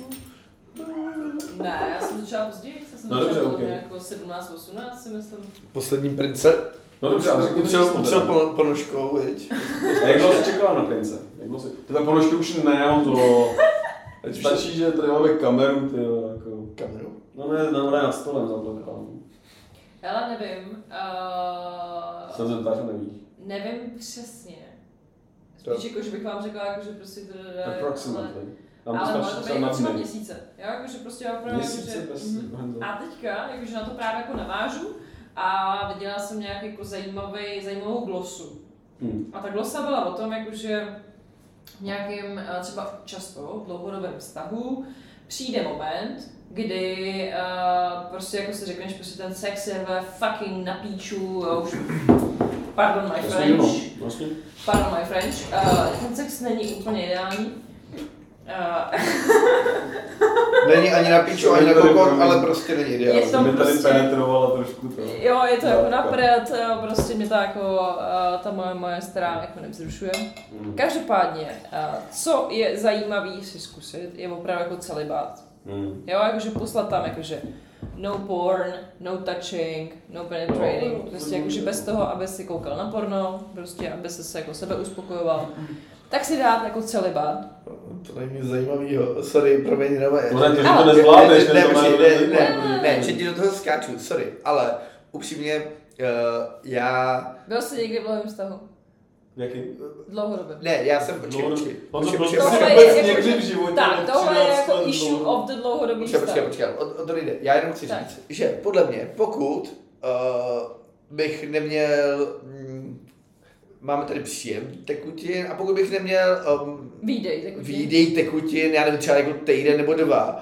Ne, já jsem začala později, já jsem No, začala dobře, podle mě okay. jako sedmnáct osmnáct si myslím. Poslední prince. No dobře, ale řekni Utřel, to utřel teda. pon- ponožkou, viď? A jak dlouho jsi čekala na prince? Jak dlouho jsi... Tyhle ponožky už ne, on to... Teď stačí, že tady máme kameru, ty jo, jako... Kameru. No ne, no ne, na stole zaplekám. Hele, nevím. Uh... Se zeptáš, nevíš. Nevím přesně. Spíš jako, že bych vám řekla, jako, že prostě to jde... Approximately. Tam to Ale mohlo stačí to třeba být na jako třeba dny. měsíce, jo, jakože prostě opravdu, Měsíce že... bez Mhm. hands-off. A teďka, jakože na to právě jako navážu a viděla jsem nějak jako zajímavý, zajímavou glosu. Hmm. A ta glosa byla o tom, jakože v nějakém eh, třeba často dlouhodobém vztahu přijde moment, kdy uh, prostě jako si řekneš, prostě ten sex je ve fucking na píču, jo, už, pardon my Vlastně, no, French, vlastně. pardon my French, uh, ten sex není úplně ideální. Uh, Není ani na píču, ani na kokon, ale prostě není ideální. Je to Mě tady prostě- penetrovala trošku to. jo, je to No, jako napřed, jo, prostě mě to jako, uh, ta moje, moje stará jako nevzrušuje. Mm. Každopádně, uh, co je zajímavý si zkusit, je opravdu jako celibát. Mm. Jo, jakože poslat tam jakože no porn, no touching, no penetrating, No, prostě jakože bez toho, aby si koukal na porno, prostě aby se jako sebe uspokojoval, tak si dát jako celibát. To není nic zajímavého, sorry, promiň, no, No ne, to, že Ale- to nezvládneš, ne, ne, ne, to má počkej, dobrý ne, zajímavý. ne, ne, že ti do toho skáču, sorry, ale upřímně, uh, já, Byl jsi někdy v dlouhém vztahu? Jaký? Dlouhodobě. ne, já jsem, počkej, Dlouho- počkej, On to počkej, byl počkej, Tohle počkej, je vůbec jako, někdy že- v životě tak, od tohle je třináct jako let issue dlouho. of the dlouhodobý Počkej, vztah. počkej, počkej, o, o to jde. Já jenom chci Tak. říct, že podle mě, pokud uh, bych neměl, mm, máme tady příjem tekutin, a pokud bych neměl um, Výdej, tak výdej tekutin, já nevím, třeba jako týden nebo dva,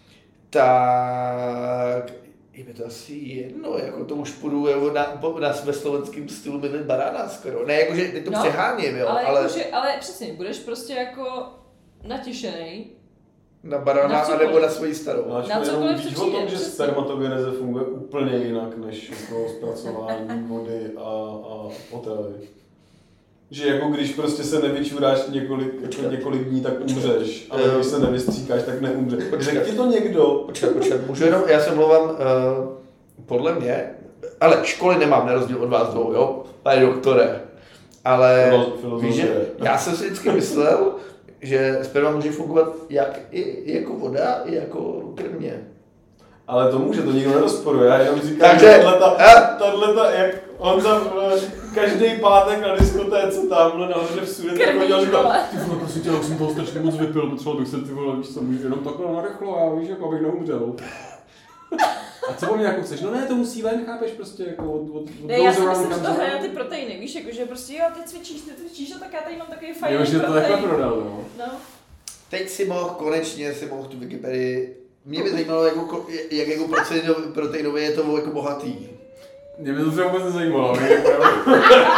tak je mi to asi jedno, jako to už půjdu jako na, po- na ve slovenském stylu mluvit barána skoro. Ne, jakože teď to No, přeháním, jo, ale, ale, Jakože, ale přesně, budeš prostě jako natěšený. na barána na cokoliv. nebo na svoji starou. No, ač Na to jenom cokoliv, co víš o přijde, tom, že přesně. spermatogeneze funguje úplně jinak než jako zpracování vody a, a potravy. Že jako když prostě se nevyčuráš několik, jako několik dní, tak umřeš, ale když se nevystříkáš, tak neumřeš. Řekl ti to někdo? Počkat, počkat, můžu jenom, já se mluvám, uh, podle mě, ale školy nemám, na rozdíl od vás dvou, jo, pane doktore, ale Filo- víš, že filozofie. já jsem si vždycky myslel, že sperma může fungovat jak i jako voda, i jako krmě. Ale to může, to nikdo nerozporuje, já jenom říkám, Takže- že tato, a- tato, jak on tam vole, každý pátek na diskotéce tamhle nahoře všude tak Krmí, chodil a říkal, vole. ty vole, prosím tě, já jsem toho strašně moc vypil, potřeboval bych se ty vole, víš co, můžu jenom takhle narychlo, já víš, jako abych neumřel. A co po mě jako chceš? No ne, to musí ven, chápeš prostě, jako od, od, od Ne, já si goes myslím, around že to comes hraje na around. ty proteiny, víš, jako, že prostě jo, ty cvičíš, ty cvičíš, a tak já tady mám takový fajn Jo, že to protein. takhle prodal, no. No. Teď si mohl, konečně si mohl tu Wikipedii, mě by zajímalo, jako, ko- jak jako proteinov- proteinově je to jako bohatý. Mě by to třeba vůbec nezajímalo, mě je pravda.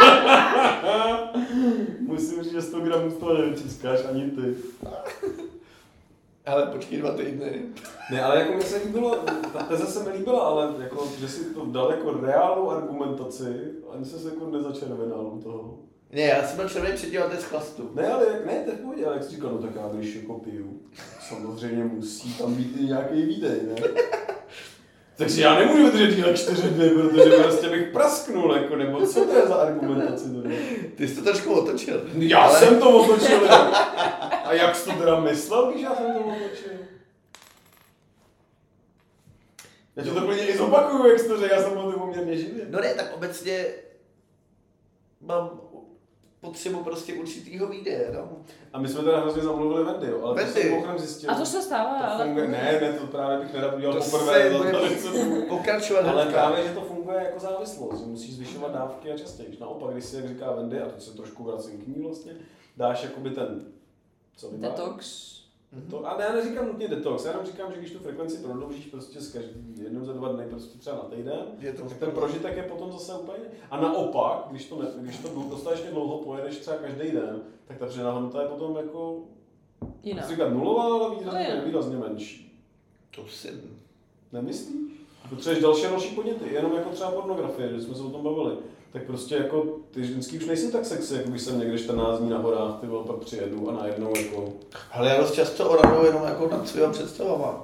Musím říct, že sto gramů z toho nevyčískáš ani ty. Ale počkej dva týdny. Ne, ale jako mi se líbilo, ta teze se mi líbila, ale jako, že si to dal jako reálnou argumentaci, ani se jako nezačervenal u toho. Ne, já jsem byl červený předtím, a to je z chlastu. Ne, ale jak, ne, to je v pohodě, ale jak jsi říkal, no tak já když jako piju, samozřejmě musí tam být i nějaký výdej, ne? Takže já nemůžu vydržet díl čtyři dny, protože prostě bych prasknul, jako, nebo co to je za argumentaci tohle? Ty jsi to trošku otočil. Já ale... jsem to otočil, jo. A jak jsi to teda myslel, když já jsem to otočil? Já ti to plně i zopakuju, jak jsi to řekl, já jsem byl to poměrně živě. No ne, tak obecně mám potřebu prostě určitýho výdeje, no. A my jsme teda hrozně zamluvili Wendy, jo, ale Wendy. to jsem mimochodem zjistil. A to se stává, to ale... funguje, ne, ne, to právě bych nerad udělal To poprvé. se za bude tady co tu- pokračovat Ale hnedka. právě, že to funguje jako závislost, že musíš zvyšovat dávky a častěji. Naopak, když si, jak říká Wendy, a teď se trošku vracím k ní vlastně, dáš jakoby ten, co by Detox. To, a ne, já neříkám nutně detox, já jenom říkám, že když tu frekvenci prodloužíš prostě z každý jednou za dva dny, prostě třeba na týden, Je to tak ten prožitek je potom zase úplně. A naopak, když to, ne, když to dostatečně dlouho pojedeš třeba každý den, tak ta přidaná hodnota je potom jako, Jiná. chci říkat nulová, ale No výrazně, je. výrazně menší. To si... Nemyslíš? Potřebuješ další a další podněty, jenom jako třeba pornografie, že jsme se o tom bavili. Tak prostě jako ty ženský už nejsou tak sexy, jako když jsem někde čtrnáct dní na horách, ty vole, pak přijedu a najednou jako... Ale já dost často oranuju jenom jako nad svýma představama.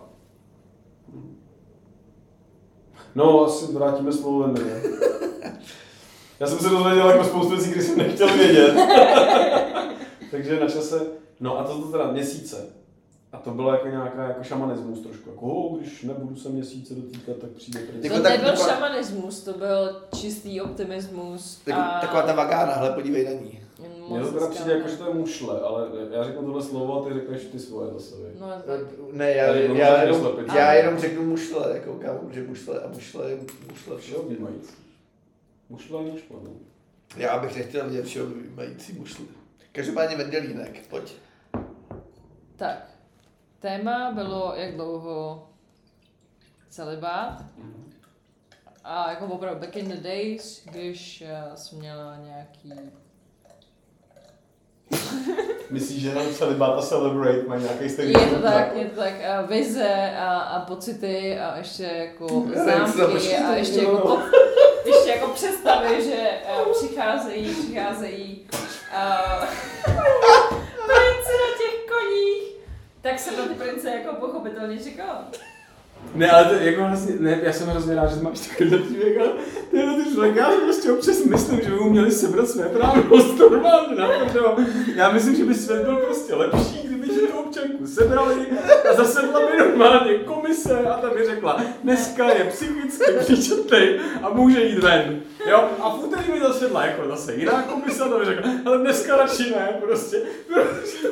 No, asi vrátíme spolu Wendy, ne? Já jsem se dozvěděl jako spoustu věcí, které jsem nechtěl vědět. Takže na čase, no a to to teda měsíce. A to bylo jako nějaká jako šamanismus trošku, jako oh, když nebudu se měsíce dotýkat, tak přijde pryč. Jako To tak- nebyl taková- šamanismus, to byl čistý optimismus. Tak, a... Taková ta vagána, hele, podívej na ní. Mně to teda přijde jako, že to je mušle, ale já řeknu tohle slovo a ty řekneš ty svoje zase, viď? No, tak. Ne, já, Tady já, budu já, taky jenom, slepit. já jenom řeknu mušle, jako kámo, že mušle a mušle, mušle Všeho všeho. vnímající. Mušle a mušle, no. Já bych nechtěl vidět všeho mající mušle. Každopádně Vendelínek, pojď. tak. Téma bylo, jak dlouho celibát. A jako opravdu back in the days, když uh, jsem měla nějaký... Myslíš, že celibát a celebrate mají nějaký stejný? Je to tak, je to tak. A vize a, a pocity a ještě jako známky a ještě jako, po, ještě jako představy, že uh, přicházejí, přicházejí uh, prince na těch koních. Tak jsem na ty prince jako pochopitelně čekala. Ne, ale to jako vlastně, ne, já jsem hrozně rád, že máš takovýhle příběh, ale tyhle ty člověk, já prostě občas myslím, že by mu měli sebrat své právnost normálně naprdo. Já myslím, že by svět byl prostě lepší, kdyby že občanku sebrali a zasedla by normálně komise a ta by řekla, dneska je psychicky příčetnej a může jít ven. Jo? A v úterý by zasedla jako zase jiná komise a ta by řekla, ale dneska radši ne, prostě. prostě.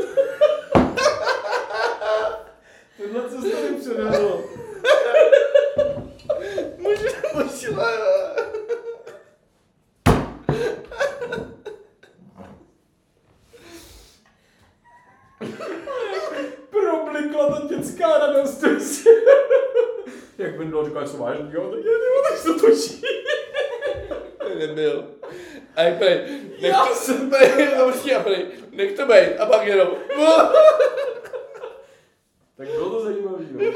Tohle co se tady předvedlo. Můžu počívat. Problikla ta dětská radost. Jak by bylo říkat, co vážnýho, tak je nebo tak se to točí. Nebyl. A jak prej, nech to, prej, a prej, nech to bejt a pak jenom. Tak bylo to zajímavý, no.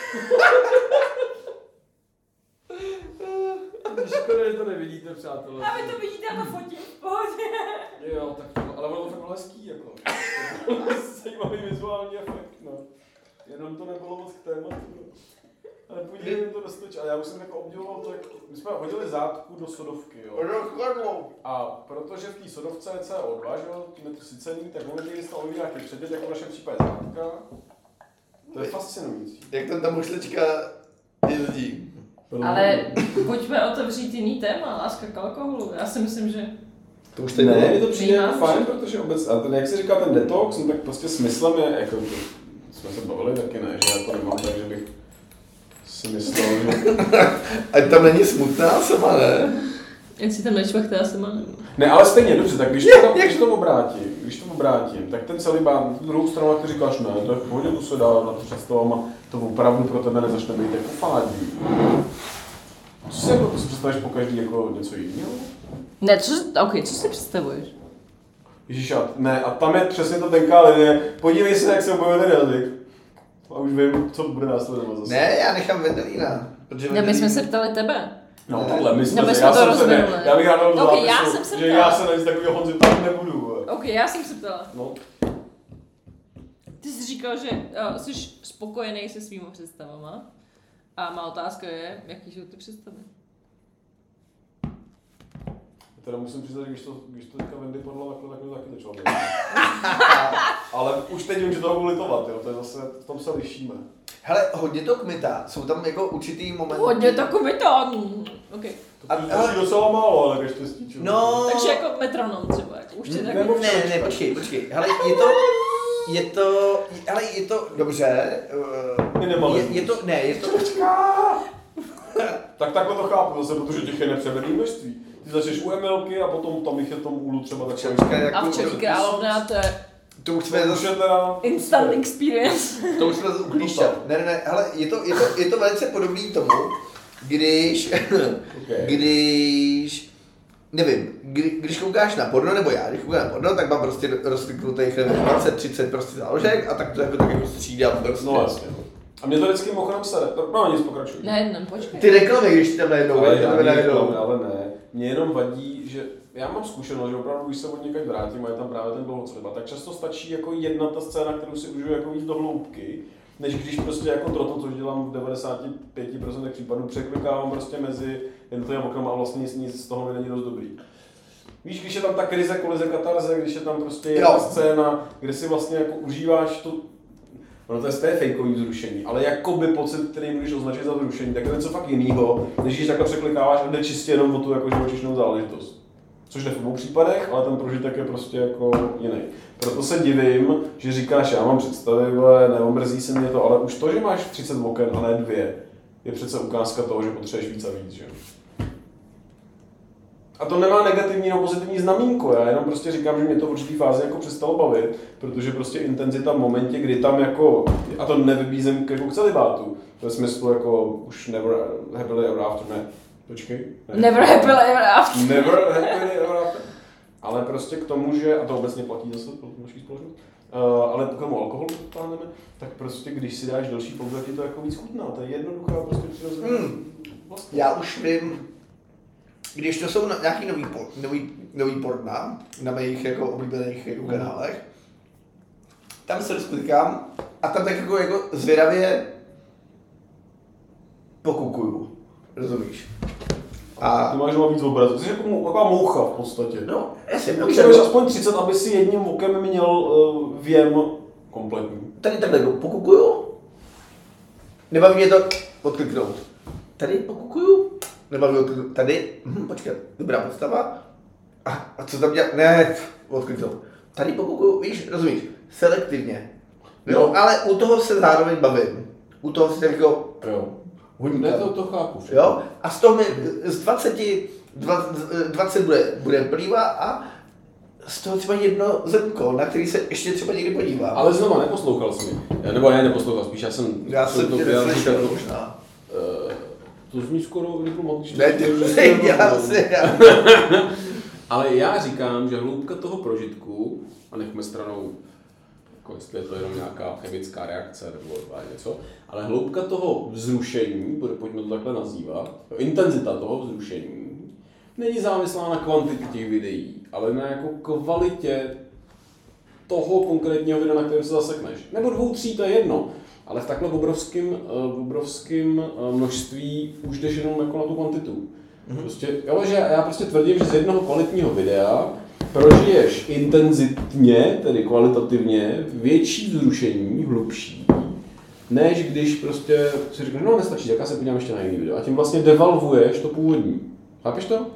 Škoda, že to nevidíte, přátelé. A vy to vidíte na fotě, v pohodě. Jo, tak to, ale bylo to fakt hezký, jako. Zajímavý vizuální efekt, no. Jenom to nebylo moc k tématu, no. Ale podívej mi to dostačí, ale já už jsem jako obdivoval to, jak my jsme hodili zátku do sodovky, jo. A protože v té sodovce je C O dva, že jo, tím je to sycený, tak moment, kdy stalo nějaký předmět, jako v našem případě zátka. To je fascinující. Jak tam ta mušlička jezdí. Ale pojďme otevřít jiný téma, láska k alkoholu. Já si myslím, že... To už teď ne, je to přijde jako fajn, protože obec, a ten, jak se říká ten detox, no tak prostě smyslem je, jako jsme se bavili taky ne, že já to nemám tak, že bych si myslel, že... Ať tam není smutná sama, ne? Jen si tam nečvachtá sama, ne? Ne, ale stejně, dobře, tak když to, když to obrátím, když to obrátím, tak ten celibát, druhou stranu, jak ty říkáš, ne, to je v pohodě, to se dá na to představám a to opravdu pro tebe nezačne být jako fádí. Co si jako, si představíš po každý jako něco jiného? Ne, co, ok, co si představuješ? Ježíš, a, ne, a tam je přesně to tenká linie, podívej se, jak se obojuje ten jazyk. A už vím, co bude následovat zase. Ne, já nechám Vendelína. Ne, my jsme se ptali tebe. No takhle, my jsme, no, my se, jsme já to jsem rozvinuli. se ne, já bych rád dal okay, zápisu, já jsem se že ptala. já se na nic takového Honzi ptát nebudu. Ok, já jsem se ptala. No. Ty jsi říkal, že uh, jsi spokojený se svýma představama a má otázka je, jaký jsou ty představy? Teda musím přiznat, že když to, když to teďka Wendy podala takhle, tak mi to taky začalo být. Ale už teď vím, že toho budu litovat, jo, to je zase, v tom se lišíme. Hele, hodně to kmitá, jsou tam jako určitý momenty. Hodně to kmitá, okay. To je docela málo, ale když štěstí, čo? No. Takže jako metronom třeba, jako už tě taky... Ne, ne, ne, počkej, počkej, hele, je to, je to, ale je to, dobře, uh, je, je to, ne, je to... Tak takhle to chápu zase, protože těch je nepřevedný množství. Ty začneš u Emilky a potom tam jich je tom úlu třeba takové. A včerý královna, to je... To už jsme zase... Teda... Instant experience. To už jsme zase uklíšťat. Ne, ne, ne, hele, je to, je to, je to velice podobný tomu, když, okay. když, nevím, kdy, když koukáš na porno, nebo já, když koukám na porno, tak mám prostě rozkliknutých dvacet třicet prostě záložek a tak to jako tak jako střídám prostě. No vlastně. A mě to vždycky mimochodem sere. No nic, pokračuj. Ne, ne, počkej. Ty reklamy, když tam najednou, ale, tam najednou. Ale ne, mě jenom vadí, že já mám zkušenost, že opravdu, když se od někať vrátím a je tam právě ten dlouhoceleba, tak často stačí jako jedna ta scéna, kterou si užiju jako víc do hloubky, než když prostě jako trotl, což dělám v devadesát pět procent případů, překlikávám prostě mezi jednotlivými oknama a vlastně nic, nic z toho mi není dost dobrý. Víš, když je tam ta krize, kolize, katarze, když je tam prostě jedna scéna, kde si vlastně jako užíváš tu. No to je stejně fejkový vzrušení, ale jakoby pocit, který můžeš označit za vzrušení, tak je to něco fakt jinýho, než když takhle překlikáváš a jde čistě jenom o tu jako živočišnou záležitost. Což ne v obou případech, ale ten prožitek je prostě jako jiný. Proto se divím, že říkáš, já mám představy, ale neomrzí se mě to, ale už to, že máš třicet oken a ne dvě, je přece ukázka toho, že potřebuješ víc a víc, že? A to nemá negativní nebo pozitivní znamínko, já jenom prostě říkám, že mě to v určitý fázi jako přestalo bavit, protože prostě intenzita v momentě, kdy tam jako, a to nevybízem k, jako k celibátu, ve smyslu jako už never happily ever after, ne, počkej. Ne. Never happily ever after. Never happily ever after. Ale prostě k tomu, že, a to obecně platí zase pro naší společnost, uh, ale k tomu alkoholu dotáhneme, tak prostě když si dáš další pout, tak ti to jako víc chutná. To je jednoduchá prostě přirozená. Hmm. Já už vím, když to jsou na, nějaký nový, por, nový, nový porna na mých jako oblíbených jako kanálech, tam se rozklikám a tam tak jako, jako zvědavě pokukuju, rozumíš? A ty máš doma víc obrazu, jsi jako taková moucha v podstatě. no, jasně, potřebuješ aspoň třicet, aby si jedním okem měl uh, věm kompletní. tady takhle pokukuju, nebaví mě to odkliknout. Tady pokukuju, nebaví mě odkliknout. Tady, hm, počkat, dobrá postava. A, a co tam dělá? Ne, odkliknout. Tady pokukuju, víš, rozumíš, selektivně. Jo, Jo. ale u toho se zároveň bavím. U toho si tak jako Jo. hodím. Ne, to, to chápu. Jo, a z toho mi z dvaceti, dvacet bude, bude plýva a z toho třeba jedno zrnko, na který se ještě třeba někdy podívám. Ale znova, neposlouchal jsi mě. Nebo ne, neposlouchal, spíš já jsem... Já jsem to tě vyjádřil neslyšel jako- možná. Eh, To zní skoro diplomatičně. Ne, ty já si, já. Ale já říkám, že hloubka toho prožitku, a nechme stranou, jako jestli je to jenom nějaká chemická reakce nebo něco, ale hloubka toho vzrušení, pojďme to takhle nazývat, intenzita toho vzrušení, není závislá na kvantitě těch videí, ale na jako kvalitě toho konkrétního videa, na kterém se zasekneš. Nebo dvou, tří, to je jedno. Ale v takhle obrovském, obrovském množství už jdeš jenom jako na tu kvantitu. Mm-hmm. Prostě, jo, že já prostě tvrdím, že z jednoho kvalitního videa prožiješ intenzitně, tedy kvalitativně, větší vzrušení, hlubší, než když prostě si řekneš, no nestačí, tak já se podívám ještě na jiný video. A tím vlastně devalvuješ to původní. Chápeš to?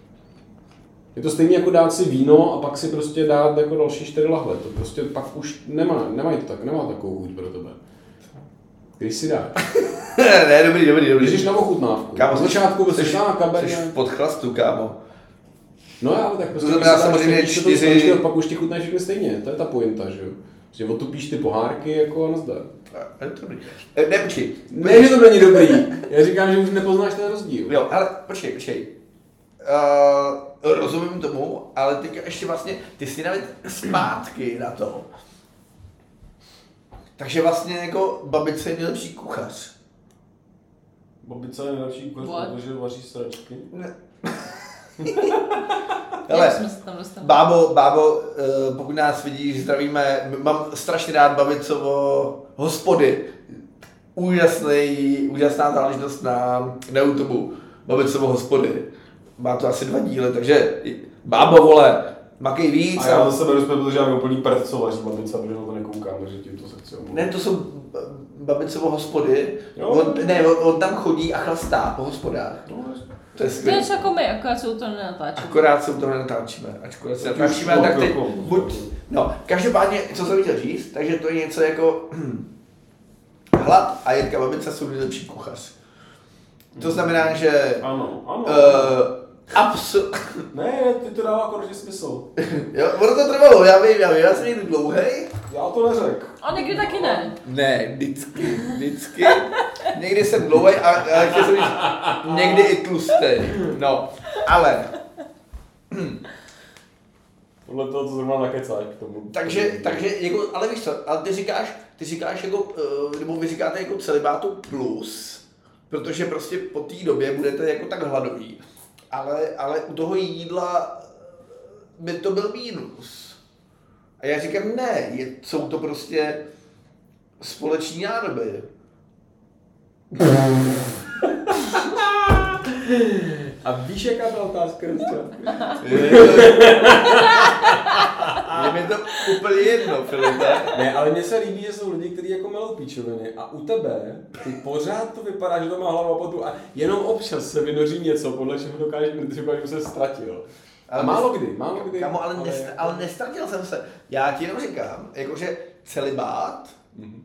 Je to stejně jako dát si víno a pak si prostě dát jako další čtyři lahve. To prostě pak už nemá, nemají to tak, nemá takovou chuť pro tebe. Když si dáš. Ne, dobrý, dobrý, dobrý. Když jsi na ochutnávku. Kámo, Na začátku jsi, jsi na kaberně. jsi v podchlastu, kámo. No ale tak prostě, To znamená když si dáš samozřejmě čtyři čtyři- stoličky, a pak už ti chutnají všechny stejně. To je ta pointa, že jo. Že otupíš ty pohárky jako a nazdar. Je to dobrý. E, Ne, počkej. Ne, že to není dobrý. Já říkám, že už nepoznáš ten rozdíl. Jo, ale počkej, počkej. Uh, rozumím tomu, ale teďka ještě vlastně, ty jsi dali zpátky na to. Takže vlastně jako babice je nejlepší kuchař. Babice je nejlepší kuchař, What? protože vaří sračky. Ne. Jak Hele, jsme se tam dostali? bábo, bábo, uh, pokud nás vidíš, zdravíme, mám strašně rád babicovo hospody. Úžasný, úžasná záležitost na, na YouTube. Babicovo hospody. Má to asi dva díly, takže bábo, vole, makej víc. A já za sebe respekt, protože já mám úplný prd, co vaří babice, protože na to nekoukám, takže tímto se chci omluvit. Ne, to jsou babicovo hospody. Jo. On, ne, on, on tam chodí a chlastá po hospodách. No, To je To je skvělé. něco jako my, akorát jsou to nenatáčíme. Akorát se u toho nenatáčíme. Ačkoliv se Tak natáčíme, už tak teď jako- buď... No, každopádně, co jsem chtěl říct, takže to je něco jako... Hlad a Jirka babice jsou nejlepší kuchař. To znamená, že... Ano, ano. Uh, Absu... Ne, ty to dává konečně smysl. Jo, ono to trvalo, já vím, já vím, já jsem někdy dlouhej. Já to neřek. A někdy taky ne. Ne, vždycky, vždycky. Někdy jsem dlouhej a, a chtěl jsem říct, někdy i tlustý. No, ale... Podle toho, co zrovna nakecáš k tomu. Takže, takže jako, ale víš co, ale ty říkáš, ty říkáš jako, uh, nebo vy říkáte jako celibátu plus, protože prostě po té době budete jako tak hladoví. Ale, ale u toho jídla by to byl mínus. A já říkám, ne, je, jsou to prostě společní nádoby. A víš, jaká byla otázka dneska? Je mi to úplně jedno, Filipe. Ne, ale mně se líbí, že jsou lidi, kteří jako melou píčoviny a u tebe ty pořád to vypadá, že to má hlavu a potu a jenom občas se vynoří něco, podle čeho dokáže, dokáže se ztratil. A málo kdy, málo kdy. Kamo, ale, ale, nest, ale nestratil jsem se. Já ti jenom říkám, jakože celibát Mhm.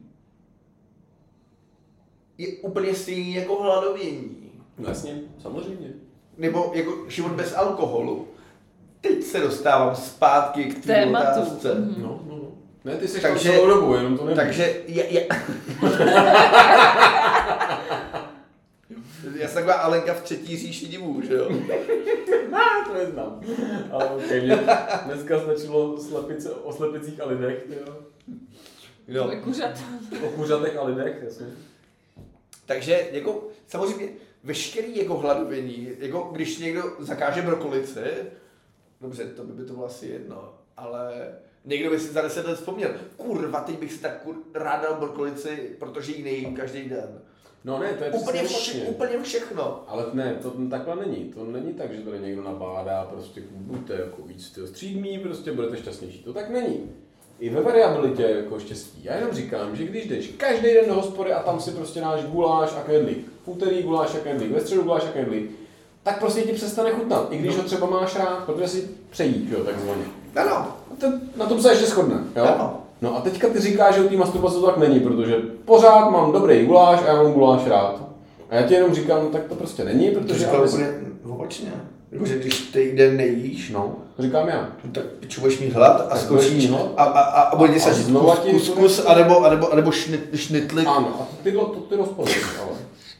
je úplně stejný jako hladovění. No jasně, samozřejmě. Nebo jako život bez alkoholu. Teď se dostávám zpátky k té Tématu. otázce. Mhm. No, no, no. Ne, ty jsi Takže- tam celou dobu, jenom to nevíš. Takže je, je... Já jsem taková Alenka v třetí říši divů, že jo? To neznám. Ale okej, mě dneska stačilo slepice, o slepicích a lidech, jo. Jo. Kuřat. O kuřatech a lidech, jasně. Takže jako samozřejmě veškerý jako hladovění, jako když někdo zakáže brokolici, dobře, to by, by to bylo asi jedno, ale někdo by si za deset let vzpomněl, kurva, teď bych si tak kur, rád dal brokolici, protože ji nejím každý den. No ne, to je úplně, vše, úplně všechno. Ale ne, to takhle není. To není tak, že tady někdo nabádá, prostě buďte jako víc střídmí, prostě budete šťastnější. To tak není. I ve variabilitě jako štěstí. Já jenom říkám, že když jdeš každý den do hospody a tam si prostě dáš guláš a knedlík, v úterý guláš a knedlík, ve středu guláš a knedlík, tak prostě ti přestane chutnat, i když no. ho třeba máš rád, protože si přejí, jo, takzvaně. Ano. Na tom se ještě shodne, jo? Ano. No a teďka ty říkáš, že u té masturbace to tak není, protože pořád mám dobrý guláš a já mám guláš rád. A já ti jenom říkám, no tak to prostě není, protože... To říkal úplně opačně. Jakože když ty den nejíš, no, říkám já. No, tak piču, budeš mít hlad a skočíš a, a, a, a bude se kus, kus, kus, anebo, anebo, anebo šnit, šnitlik. Ano, a ty, to, ty rozporuji, ale...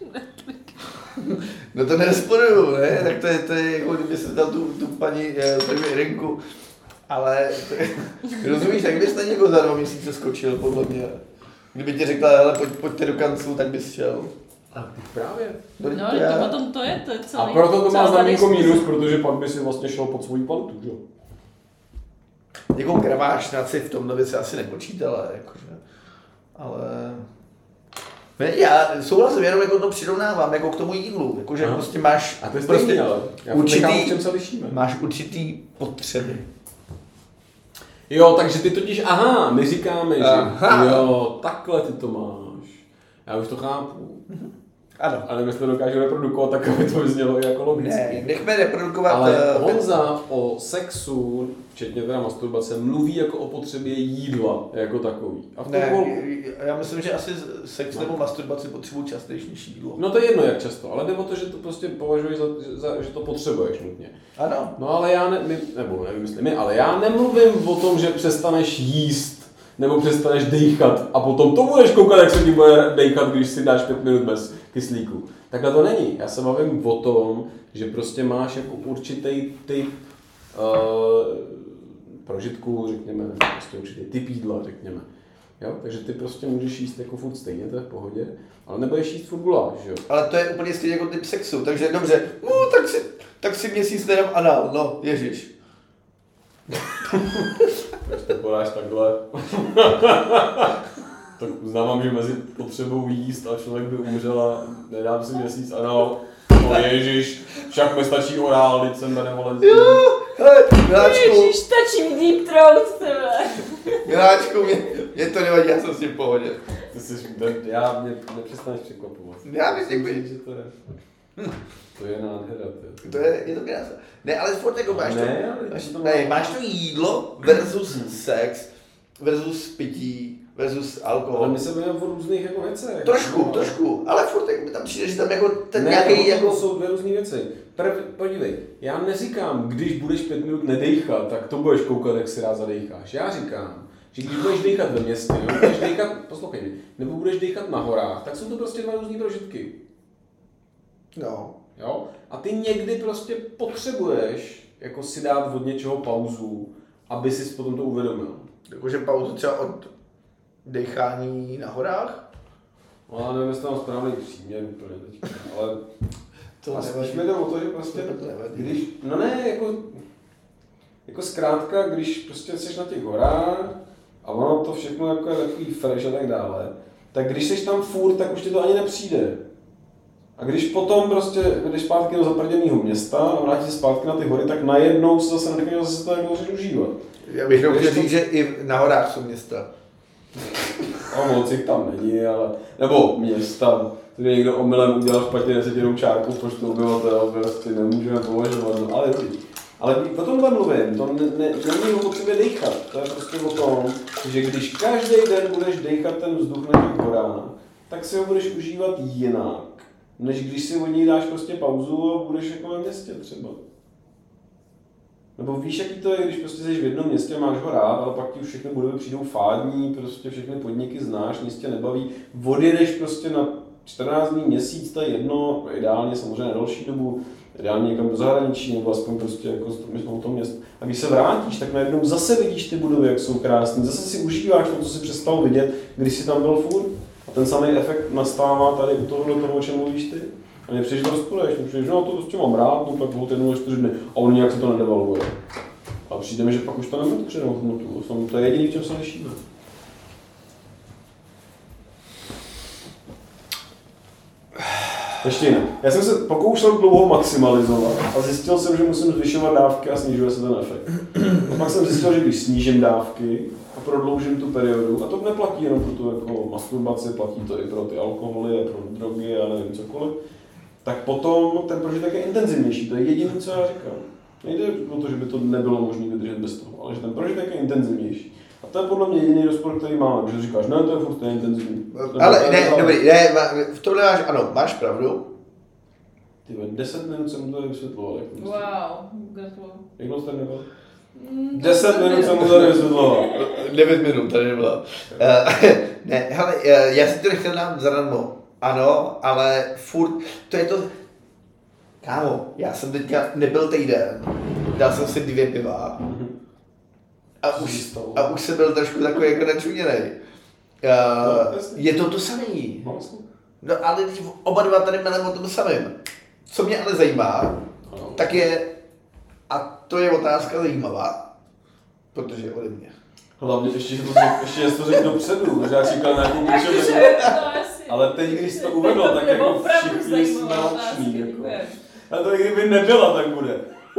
No to nerozporuju, ne? Tak to je, to je jako kdyby se dal tu, tu paní uh, Irinku. Ale to, rozumíš, tak bys na někoho za dva měsíce skočil, podle mě. Kdyby ti řekla, hele, pojď, pojďte do kanclu, tak bys šel. A ty právě. No, no to potom to je, to je celý. A proto to má znamínko mínus, protože pak by si vlastně šel pod svojí palitu, že? Někou kravášnaci v tomhle věci asi nepočítala, jakože. Ale... Ne, já souhlasím, jenom jako to přirovnávám, jako k tomu jídlu, jakože no. prostě máš a to je prostě stejný, ale já určitý, nechám, v čem se lišíme. Máš určitý potřeby. Jo, takže ty totiž, aha, my říkáme, aha. že jo, takhle ty to máš. Já už to chápu. Mm-hmm. Ano. Ale my jsme dokážeme reprodukovat tak, aby to vyznělo i jako logicky. Ne, nechme reprodukovat... Ale Honza o sexu, včetně teda masturbace, mluví jako o potřebě jídla jako takový. A v ne, volku... já myslím, že asi sex no. nebo masturbaci potřebují častější než jídlo. No to je jedno jak často, ale jde o to, že to prostě považuješ za, za že to potřebuješ nutně. Ano. No ale já, ne, my, nebo nevím, jestli my, ale já nemluvím o tom, že přestaneš jíst, nebo přestaneš dejchat a potom to budeš koukat, jak se ti bude dejchat, když si dáš pět minut bez kyslíku. Takhle to není. Já se bavím o tom, že prostě máš jako určitý typ uh, prožitku, řekněme, prostě určitý typ jídla, řekněme. Jo? Takže ty prostě můžeš jíst jako furt stejně, to je v pohodě, ale nebudeš jíst furt guláš, jo? Ale to je úplně stejně jako typ sexu, takže dobře, no tak si, tak si měsíc nedám anal, no, ježiš. Proč to podáš takhle? Tak uznávám, že mezi potřebou jíst a člověk by umřel a nedám si měsíc anal. No ježiš, však mi stačí orál, teď jsem benevolentní. Jo, hele, Miláčku. Ježiš, stačí mi deep throat, tebe. Miláčku, mě, mě to nevadí, já jsem s tím v pohodě. Ty jsi, já mě nepřestaneš překvapovat. Já myslím, že to je. To je nádhera, to je, je to krásné. Ne, ale furt jako máš ne, to, ale máš, to ne, má... máš to jídlo versus sex, versus pití, versus alkohol. Ale my se bavíme o různých jako věcech. Trošku, no. trošku, ale furt jako mi tam přijde, že tam jako ten ne, nějaký to jako... jsou dvě různé věci. Prv, podívej, já neříkám, když budeš pět minut nedejchat, tak to budeš koukat, jak si rád zadejcháš. Já říkám, že když budeš dejchat ve městě, nebo budeš dejchat, poslouchej mě, nebo budeš dejchat na horách, tak jsou to prostě dva různý prožitky. No. Jo? A ty někdy prostě potřebuješ jako si dát od něčeho pauzu, aby si potom to uvědomil. Jakože pauzu třeba od dechání na horách? No, já nevím, jestli tam správný příměr úplně teď, ale to a spíš mi jde o to, že prostě, to když, no ne, jako, jako zkrátka, když prostě jsi na těch horách a ono to všechno jako je takový fresh a tak dále, tak když jsi tam furt, tak už ti to ani nepřijde. A když potom prostě jdeš zpátky do zaprděného města a vrátíš se zpátky na ty hory, tak najednou se zase nadechne zase to jako můžeš užívat. Já bych chtěl říct, to... že i na horách jsou města. A moc jich tam není, ale... Nebo města, kde někdo omylem udělal špatně desetinou čárku počtu obyvatel, prostě nemůžeme považovat, no, ale dobrý. Ale o tomhle mluvím, to ne, ne, není o potřebě dejchat, to je prostě o tom, že když každý den budeš dejchat ten vzduch na těch horách, tak si ho budeš užívat jinak, než když si od něj dáš prostě pauzu a budeš jako ve městě třeba. Nebo víš, jaký to je, když prostě jsi v jednom městě, máš ho rád, ale pak ti už všechny budovy přijdou fádní, prostě všechny podniky znáš, nic tě nebaví, odjedeš prostě na čtrnáct dní, měsíc, to je jedno, ideálně samozřejmě delší dobu, ideálně někam do zahraničí, nebo aspoň prostě jako mimo to město. A když se vrátíš, tak najednou zase vidíš ty budovy, jak jsou krásné, zase si užíváš to, co si přestal vidět, když jsi tam byl furt. A ten samý efekt nastává tady u toho, toho, o čem mluvíš ty. A mě přijde, že to rozporuješ, mě přijde, že no to prostě mám rád, no tak holt jednou čtyři dny. A on nějak se to nedevalvuje. A přijde mi, že pak už to nemá tu přidanou hodnotu. To je jediný, v čem se lišíme. Ještě jinak. Já jsem se pokoušel dlouho maximalizovat a zjistil jsem, že musím zvyšovat dávky a snižuje se ten efekt. A pak jsem zjistil, že když snížím dávky a prodloužím tu periodu, a to neplatí jenom pro tu jako masturbaci, platí to i pro ty alkoholy a pro drogy a nevím cokoliv, tak potom ten prožitek je intenzivnější. To je jediné, co já říkám. Nejde o to, že by to nebylo možné vydržet bez toho, ale že ten prožitek je intenzivnější. A to je podle mě jediný rozpor, který máme, že říkáš, ne, to je furt stejně intenzivní. Ale ne, dobrý, ne, v tomhle máš, ano, máš pravdu. Ty deset minut jsem mu tady vysvětloval. Wow, gratuluju. Jak dlouho jste nebyl? deset minut jsem mu tady vysvětloval. devět minut tady nebylo. Ne, hele, já si to nechtěl dát zadarmo. Ano, ale furt, to je to, kámo, já jsem teďka nebyl týden, dal jsem si dvě piva. A už, a už jsem byl trošku takový jako načuněnej. Uh, je to to samý. No ale oba dva tady máme o tom samém. Co mě ale zajímá, tak je, a to je otázka zajímavá, protože je ode mě. Hlavně ještě, že to řek, ještě, že to řekl dopředu, že já čekal nějakou píčovinu. Ale teď, když jsi to uvedl, tak jako všichni jsme nadšení. Jako. A to i kdyby nebyla, tak bude.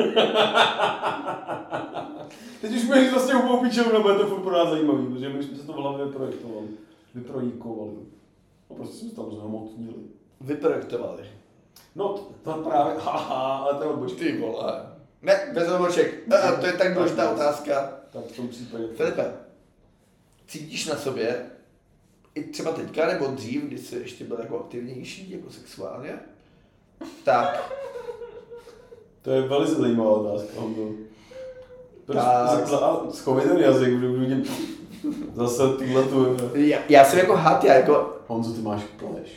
Teď už můžeš vlastně úplnou píčovinu, nebo je to furt pro nás zajímavý, protože my jsme se to v hlavě vyprojektovali, vyprojikovali. A prostě jsme tam zhmotnili. Vyprojektovali. No to, to právě, haha, ale to je odbočka. Ty vole. Ne, bez odboček. A, to je tak důležitá otázka. Tak v tom případě. Filipe, cítíš na sobě, i třeba teďka nebo dřív, když jsi ještě byl jako aktivnější, jako sexuálně, tak... To je velice zajímavá otázka, Honzo. Tak... Schovej ten jazyk, budu vidím zase tuhle tu... Já, já jsem jako had, já jako... Honzo, ty máš pleš.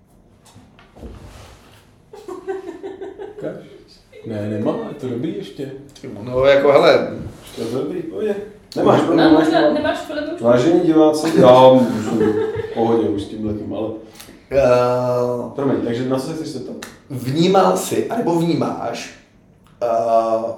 Ukáž. Ne, nemá, je to dobrý ještě. No jako hele... To je dobrý, pojď. Nemáš, no, nemáš, možná, nemáš Filipe? Vážení diváci, já můžu pohodě už s tímhletím, ale... Uh, Promiň, takže na co se chceš se tam? Vnímal jsi, anebo vnímáš uh,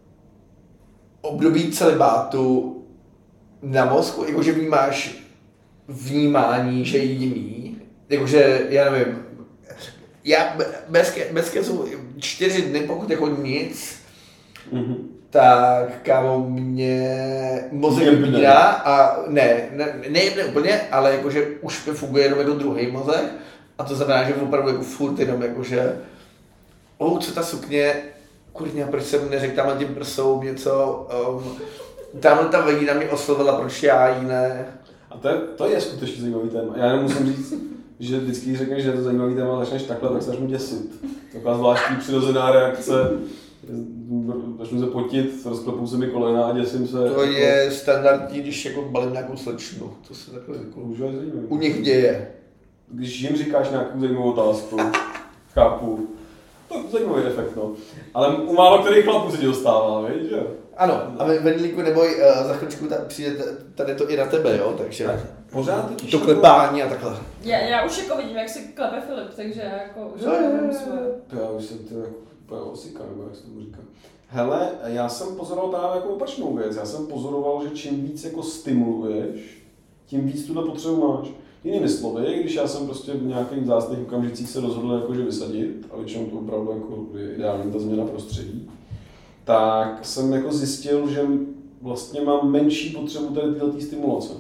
období celibátu na mozku, jakože vnímáš vnímání, že je jiný, jakože, já nevím, já bez, bez kecu čtyři dny, pokud jako nic, mm-hmm. tak kámo mě mozek vybírá a ne, ne, ne úplně, ale jakože už mi funguje jenom jako druhý mozek a to znamená, že opravdu jako furt jenom jakože oh, co ta sukně, kurňa, proč jsem neřekl tamhle tím prsou něco, um, tamhle ta vagína mě oslovila, proč já jí ne. A to je, to je skutečně zajímavý téma. Já jenom musím říct, že vždycky, když řekneš, že je to zajímavý téma, začneš takhle, tak se začnu děsit. Taková zvláštní přirozená reakce. Začnu se potit, rozklepu se mi kolena a děsím se. To je standardní, když jako balím nějakou slečnu. To se takhle jako u nich děje. Když jim říkáš nějakou zajímavou otázku, chápu. To je zajímavý efekt, no. Ale u málo kterých chlapů se ti dostává, víš, že? Ano, a Vendlíku, neboj, za chvíličku přijde tady to i na tebe, jo, takže... Tak, pořád totiž... To klepání a takhle. Já, já už jako vidím, jak si klepe Filip, takže jako už no, nevím svoje. Já už jsem to jako úplně osika, nebo jak se tomu říká. Hele, já jsem pozoroval právě jako opačnou věc. Já jsem pozoroval, že čím víc jako stimuluješ, tím víc tuhle potřebu máš. Jinými slovy, když já jsem prostě v nějakých vzácných okamžicích se rozhodl jakože vysadit, a většinou to opravdu jako je ideální ta změna prostředí, tak jsem jako zjistil, že vlastně mám menší potřebu tady této stimulace.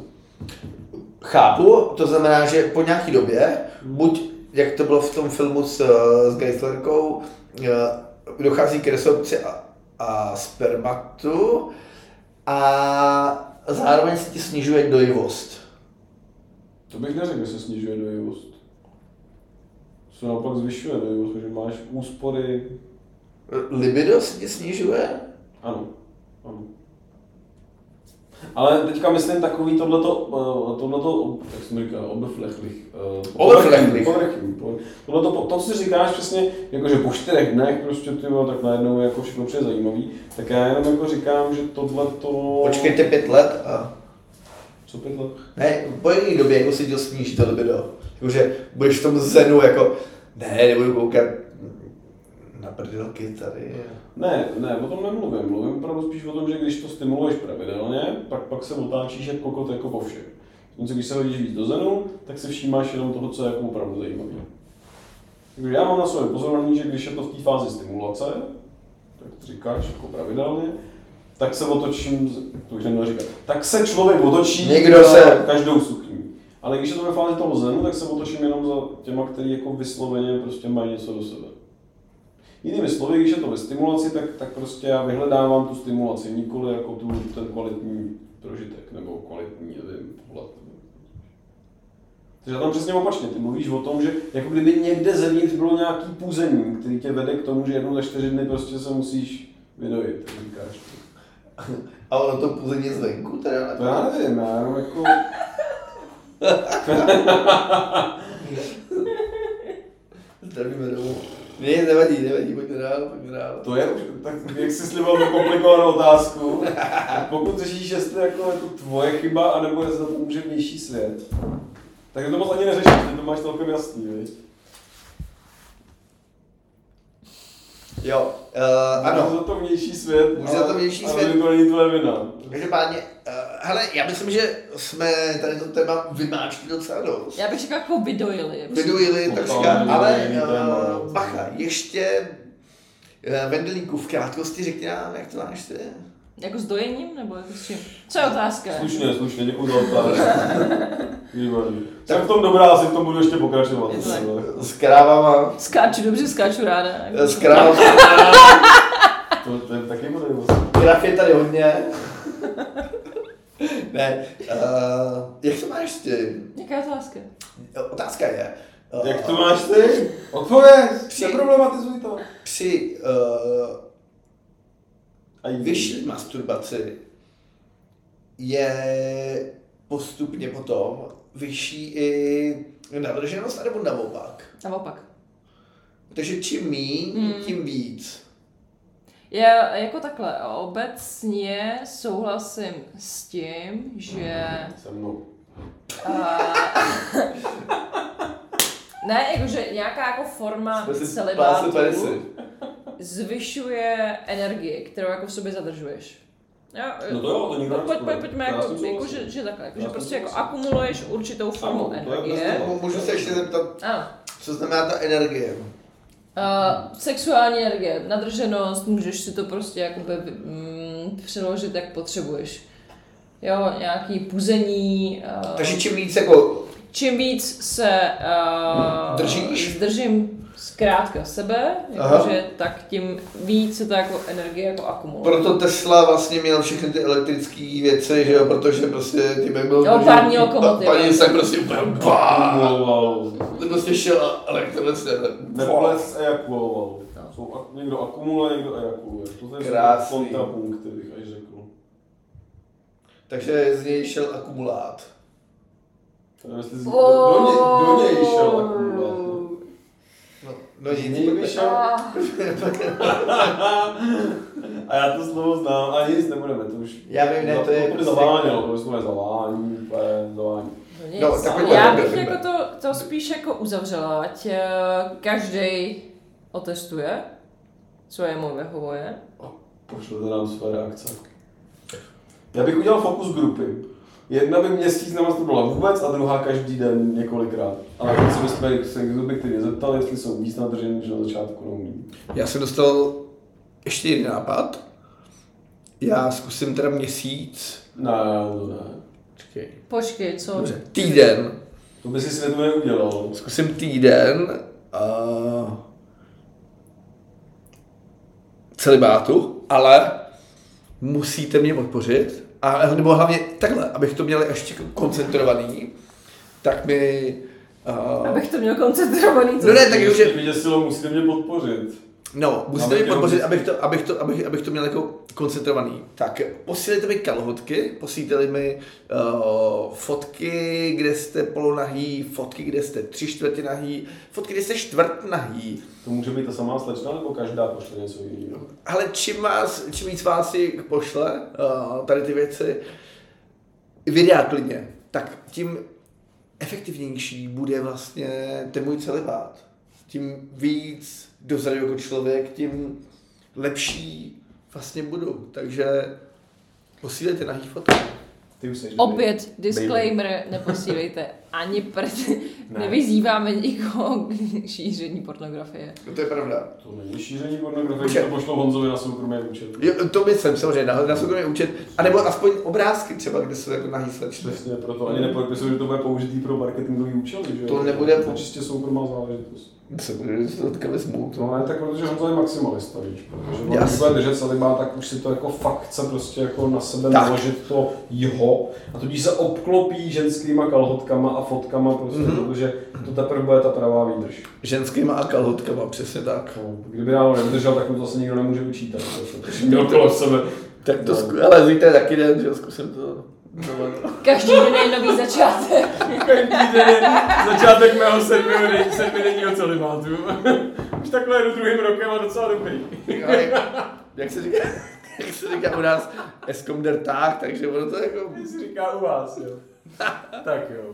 Chápu, to znamená, že po nějaký době, buď jak to bylo v tom filmu s, s Geislerkou, dochází k resorpci a, a spermatu a zároveň se ti snižuje dojivost. To bych neřekl, že se snižuje dojivost. Se naopak zvyšuje dojivost, protože máš úspory. Libido se ti snižuje? Ano, ano. Ale teďka myslím takový tohleto, tohleto, jak jsem říkal, oberflächlich. Oberflächlich. Tohleto, to, co si říkáš přesně, jakože po čtyřech dnech prostě ty tak najednou jako všechno přijde zajímavý, tak já jenom jako říkám, že tohleto... Počkejte pět let a... Co pět let? Ne, po jiný době jako si to sníží to libido. Jakože budeš v tom zenu jako, ne, nebudu koukat na prdelky tady. Ne, ne, o tom nemluvím. Mluvím opravdu spíš o tom, že když to stimuluješ pravidelně, pak, pak se otáčíš jak kokot jako po všem. Když se hodíš víc do zenu, tak si všímáš jenom toho, co je jako opravdu zajímavé. Takže já mám na sobě pozorovaný, že když je to v té fázi stimulace, tak to říkáš jako pravidelně, tak se otočím, to už neměl říkat, tak se člověk otočí Někdo se... každou sukní. Ale když je to ve fázi toho zenu, tak se otočím jenom za těma, který jako vysloveně prostě mají něco do sebe. Jinými slovy, když je to ve stimulaci, tak, tak prostě já vyhledávám tu stimulaci, nikoli jako tu, ten kvalitní prožitek nebo kvalitní, nevím, pohled. Takže tam přesně opačně, ty mluvíš o tom, že jako kdyby někde zevnitř bylo nějaký půzení, který tě vede k tomu, že jednou za čtyři dny prostě se musíš vydojit, tak říkáš. A ono to půzení je zvenku teda? To já nevím, já jenom jako... Zdravíme domů. Ne, nevadí, nevadí, pojďme dál, pojďme dál. To je už, tak jak jsi sliboval tu komplikovanou otázku, pokud řešíš, jestli jako, jako tvoje chyba, anebo jestli za to může vnější svět, tak to moc ani neřešíš, ty to máš celkem jasný, viď? Jo, uh, ano. Může za to vnější svět, Může za to vnější ale, svět. ale to není tvoje vina. Každopádně, uh, hele, já myslím, že jsme tady to téma vymáčkli docela dost. Já bych řekla jako vydojili. Vydojili, tak Totálně říkám, ale vydojení téma, uh, no. bacha, ještě uh, Vendelínku v krátkosti řekni nám, jak to máš ty? Jako s dojením, nebo jako s čím? Co je otázka? Slušně, slušně, děkuji za otázku. Výborný. Tak v tom dobrá, asi v tom budu ještě pokračovat. S krávama. Skáču, dobře skáču ráda. S krávama. To, to je taky bude. Graf je tady hodně. Ne, uh, jak to máš ty? Jaká je otázka? Otázka je. Uh, Jak to máš ty? Odpověď! Při- Neproblematizuj to. Při uh, vyšší masturbaci je postupně potom vyšší i nadrženost, nebo naopak? Naopak. Takže čím míň, Hmm. tím víc. Je jako takhle, obecně souhlasím s tím, že... Se mnou. A, ne, jakože nějaká jako forma celibátu zvyšuje energii, kterou jako v sobě zadržuješ. Jo, No to jo, to nikdo pojď, pojď, nechce. pojďme Já jako, s tím jako souhlasím. že, že takhle, jako, Já že s tím prostě jako souhlasím. akumuluješ určitou formu Ano, to je energie. bez Můžu se ještě zeptat, Ano. co znamená ta energie? Uh, sexuální energie, nadrženost, můžeš si to prostě jakoby mm, přeložit, jak potřebuješ. Jo, nějaký puzení. Uh, Takže čím víc jako... čím víc se uh, Držíš? zdržím zkrátka sebe, jakože, tak tím víc se to jako energie jako akumuluje. Proto Tesla vlastně měl všechny ty elektrické věci, že jo, protože prostě tím jak byl... Jo, pární lokomotiva. Paní tak prostě úplně bá! Akumuloval. To prostě šel elektronice. Neples ejakuloval. Jsou ak- někdo akumuluje, někdo ejakuluje. To je Krásný. kontrapunkt, bych až řekl. Takže z něj šel akumulát. To je, jestli z- do, do, něj, do něj šel akumulát. No, no Z nic, něj vyšel. A já to slovo znám, a nic nebudeme, to už... Já vím, ne, to je To bude prostě- zavánělo, to jsme zavání, úplně zavání. No, nic. No, tak pojďme, já pojďme, bych pojďme. jako to, to spíš jako uzavřela, ať každý otestuje, co je mu vyhovuje. Pošlete nám své reakce. Já bych udělal fokus grupy. Jedna by měsíc nemasturbovala vůbec a druhá každý den několikrát. A na konci bychom se objektivně zeptali, jestli jsou víc nadržení, než na začátku neumí. Já jsem dostal ještě jeden nápad. Já zkusím teda měsíc. Ne, to ne. Počkej. Počkej, co? Dobře, týden. To by si světu neudělal. Zkusím týden a celibátu, ale musíte mě podpořit. A nebo hlavně takhle, abych to měl ještě koncentrovaný, tak mi... Uh, Abych to měl koncentrovaný. No ne, tak Když už je... mě vyděsilo, musíte mě podpořit. No, musíte mi podpořit, abych to, abych, to, abych, abych to měl jako koncentrovaný. Tak posílejte mi kalhotky, posílejte mi uh, fotky, kde jste polonahý, fotky, kde jste tři čtvrtě nahý, fotky, kde jste čtvrt nahý. To může být ta samá slečna, nebo každá pošle něco jiného? Ale čím, vás, čím víc vás si pošle uh, tady ty věci, videa klidně, tak tím efektivnější bude vlastně ten můj celibát. Tím víc dozraju jako člověk, tím lepší vlastně budu. Takže posílejte nahý fotky. Ty už seš Opět disclaimer, neposílejte ani prd, ne. Nevyzýváme nikoho k šíření pornografie. No to je pravda. To není šíření pornografie, to pošlo Honzovi na soukromý účet. Jo, to myslím samozřejmě, na, na soukromý účet, anebo aspoň obrázky třeba, kde jsou jako nahý slečny. Přesně, proto ani nepodepisuju, že to bude použitý pro marketingový účely, že to nebude to čistě soukromá záležitost. Se bude, že to takhle vezmu. No ne, tak protože Honzo je maximalista, víš, protože on když bude držet celibát, tak už si to jako fakt chce prostě jako na sebe tak naložit to jeho a tudíž se obklopí ženskýma kalhotkama a fotkama prostě, mm-hmm. protože to teprve bude ta pravá výdrž. Ženskýma a kalhotkama, přesně tak. No, kdyby náhodou nevydržel, tak mu to zase nikdo nemůže vyčítat, protože měl kolem sebe. Tak to zku, ale zítra je taky den, že zkusím to. Každý den je nový začátek. Každý den je začátek mého sedmidenního celibátu. Už takhle jdu druhým rokem a docela dobrý. Jak se říká, jak se říká u nás, eskom der Tag, takže ono to jako... Jak se říká u vás, jo. Tak jo.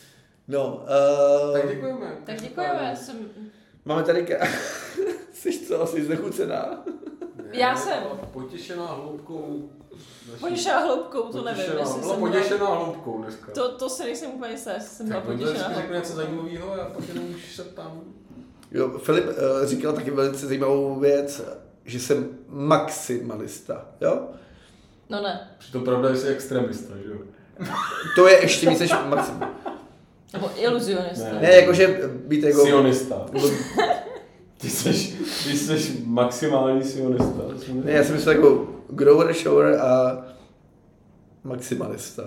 No, uh... tak děkujeme. Tak děkujeme. Jsem... Máme tady... Ka... Jsi co, jsi znechucená? Já jsem. Potěšená hloubkou. Potěšená hloubkou, to nevím. Byla potěšená hloubkou dneska. To, to si nejsem úplně jistá, jestli jsem byla potěšená hloubkou. Tak řeknu něco zajímavého a pak jenom už se tam... Jo, Filip uh, říkal taky velice zajímavou věc, že jsem maximalista, jo? No ne. Přitom pravda, že jsi extremista, že jo? To je ještě víc než maximalista. Nebo iluzionista. Ne, ne jakože být jako... Sionista. Ty jsi, ty jsi maximální sionista. Ne, já jsem myslel jako grower, shower a maximalista.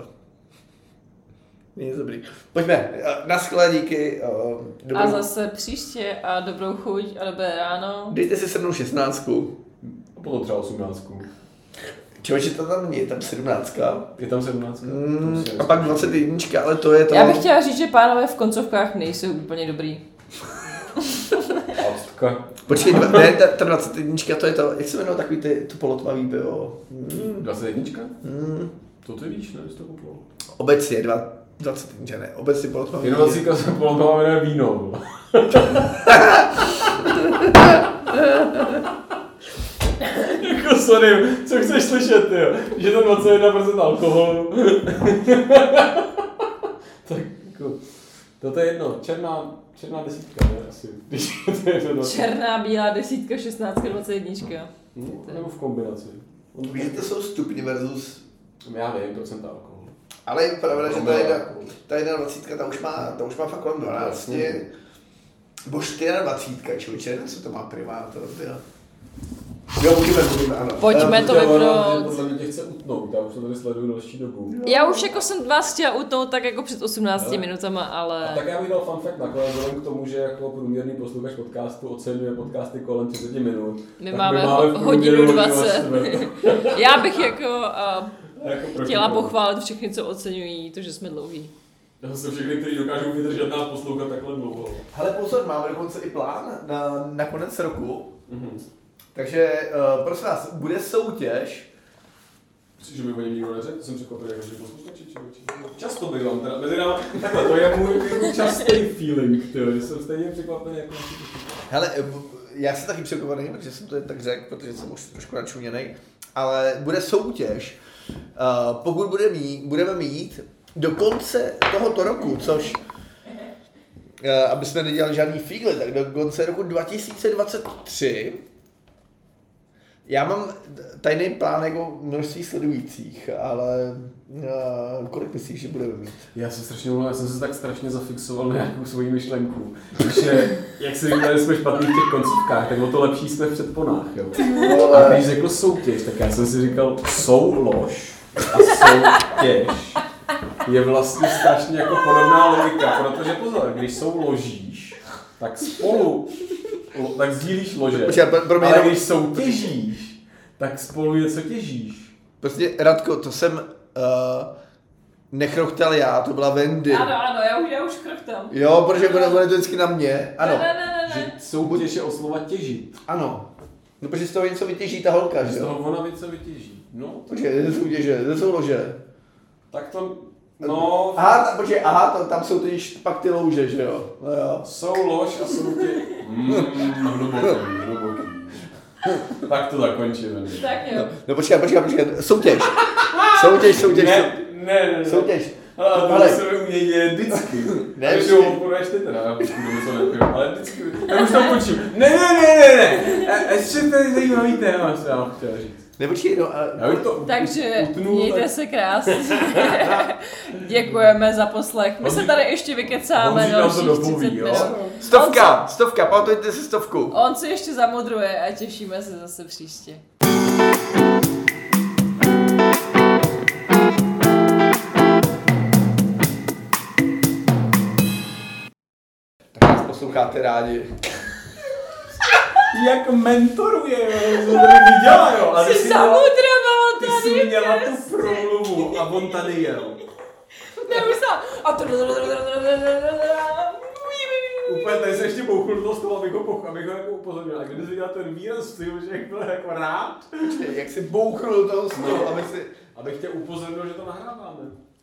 Není dobrý. Pojďme, na skle, díky. Dobrou... A zase příště a dobrou chuť a dobré ráno. Dejte si se mnou šestnáctku. A potom třeba osmnáctku. Čověče, to tam není, je tam sedmnáctka. Je tam sedmnáctka? Mm, a pak dvacet jedna, ale to je to... Já bych chtěla říct, že pánové v koncovkách nejsou úplně dobrý. Alstka. Počkej, dva, ne, ta, ta dvacet jedna, to je to, jak se jmenuje takový ty, to polotmavý pivo? Mm. dvacet jedna? Mm. To ty víš, ne, jsi to kupoval. Obecně, dva, dvacet jedna, ne, obecně polotmavý. Jenovacíka se polotmavá jmenuje víno. Jako sorry, co chceš slyšet, jo? Že to dvacet jedna procent alkoholu. Tak jako, to je jedno, černá, černá desítka, ne, asi. Černá, bílá desítka, šestnáctka, dvacet jedna. No, nebo v kombinaci. Víš, že to jsou stupně versus... Já nevím, procent alkoholu. Ale je pravda, že ta jedna, ta jedna dvacítka, ta už má, ta už má fakt kolem dvanáct. Bo dvacet čtyři, člověče, co to má primátor, tyjo. Jo, můžeme, můžeme, ano. Pojďme to vypnout. Podle mě tě chce utnout, já už to tady sleduju další dobu. Já už jako jsem vás chtěla utnout tak jako před osmnácti minutama, ale... A tak já bych dal fun fact nakonec, vzhledem k tomu, že jako průměrný posluchač podcastu oceňuje podcasty kolem třicet minut. My máme, my máme hodinu dvacet. Já bych jako, uh, jako chtěla pochválit všechny, co oceňují to, že jsme dlouhý. Já jsem všechny, kteří dokážou vydržet nás poslouchat takhle dlouho. Hele, pozor, máme dokonce i plán na, na konec roku. Mm-hmm. Takže, uh, prosím vás, bude soutěž. Myslíš, že mi o něm nikdo neřekl? Jsem překvapený, jak že posluchači, člověče. Často bývám teda, mezi náma, takhle, to je můj častý feeling, tyjo, že jsem stejně překvapený jako naši. Hele, já jsem taky překvapený, protože jsem to tak řekl, protože jsem už trošku načuněnej, ale bude soutěž. Uh, pokud bude mít, budeme mít do konce tohoto roku, což uh, aby jsme nedělali žádný fígly, tak do konce roku dva tisíce dvacet tři já mám tajný plán jako množství sledujících, ale uh, kolik myslíš, že budeme mít? Já jsem strašně mluvil, já jsem se tak strašně zafixoval na nějakou svoji myšlenku, že jak si říkali, jsme špatný v těch koncovkách, tak o to lepší jsme v předponách, jo. A když řekl soutěž, tak já jsem si říkal, soulož a soutěž je vlastně strašně jako podobná logika, protože pozor, když souložíš, tak spolu tak sdílíš lože. Počkej, pro, pro mě ale jenom... když soutěžíš, tak spolu něco těžíš. Prostě, Radko, to jsem uh, nechrochtal já, to byla Wendy. Ano, ano, já už, já už chrochtám. Jo, protože bude to vždycky na mě. Ano. Ne, ne, ne, ne. Že soutěž je od slova těžit. Ano. No, protože z toho něco vytěží ta holka, Z že toho jo? ona něco vytěží. No, to... Počkej, to jsou těže, to jsou lože. Tak to... No... Aha, ta, počkej, aha, to, tam jsou totiž pak ty louže, že jo? No jo. Jsou lož a jsou tě... Mmm, hluboký, hluboký. Tak to zakončíme. Tak jo. No, no počkej, počkej, počkej, soutěž. Soutěž, soutěž, Ne, soutěž. ne, ne, ne. Soutěž. Ale Ale- to se umějí dělat vždycky. Ne, Ne, vždycky. že ho odpovědáš ty teda, já počku, to nepiju, ale vždycky. Já už tam počím. Ne, ne, ne, ne, ne. A ještě tady zajímavý téma, co já vám chtěl říct. Ne, počkej, no, ale... Já už to Takže utnu, mějte tak... se krásně. Děkujeme za poslech. My se tady ještě vykecáme Honzi nám to dalších dopoví, třicet jo? minut. Stovka, stovka, pamatujte si stovku. On se ještě zamudruje a těšíme se zase příště. Tak nás posloucháte rádi. Jak mentoruje, jo, to tady viděla, jo. A ty Jsi jsi měla, zamudroval ty tady. jsi měla tu prostě. promluvu a on tady jel. Neustále. A to... Úplně tady se ještě bouchl do toho stolu, abych ho, poch, abych ho jako upozornil. A když viděl ten výraz v stylu, že jak byl jako rád, Jak si bouchnul do toho stolu, aby si... abych tě upozornil, že to nahráváme.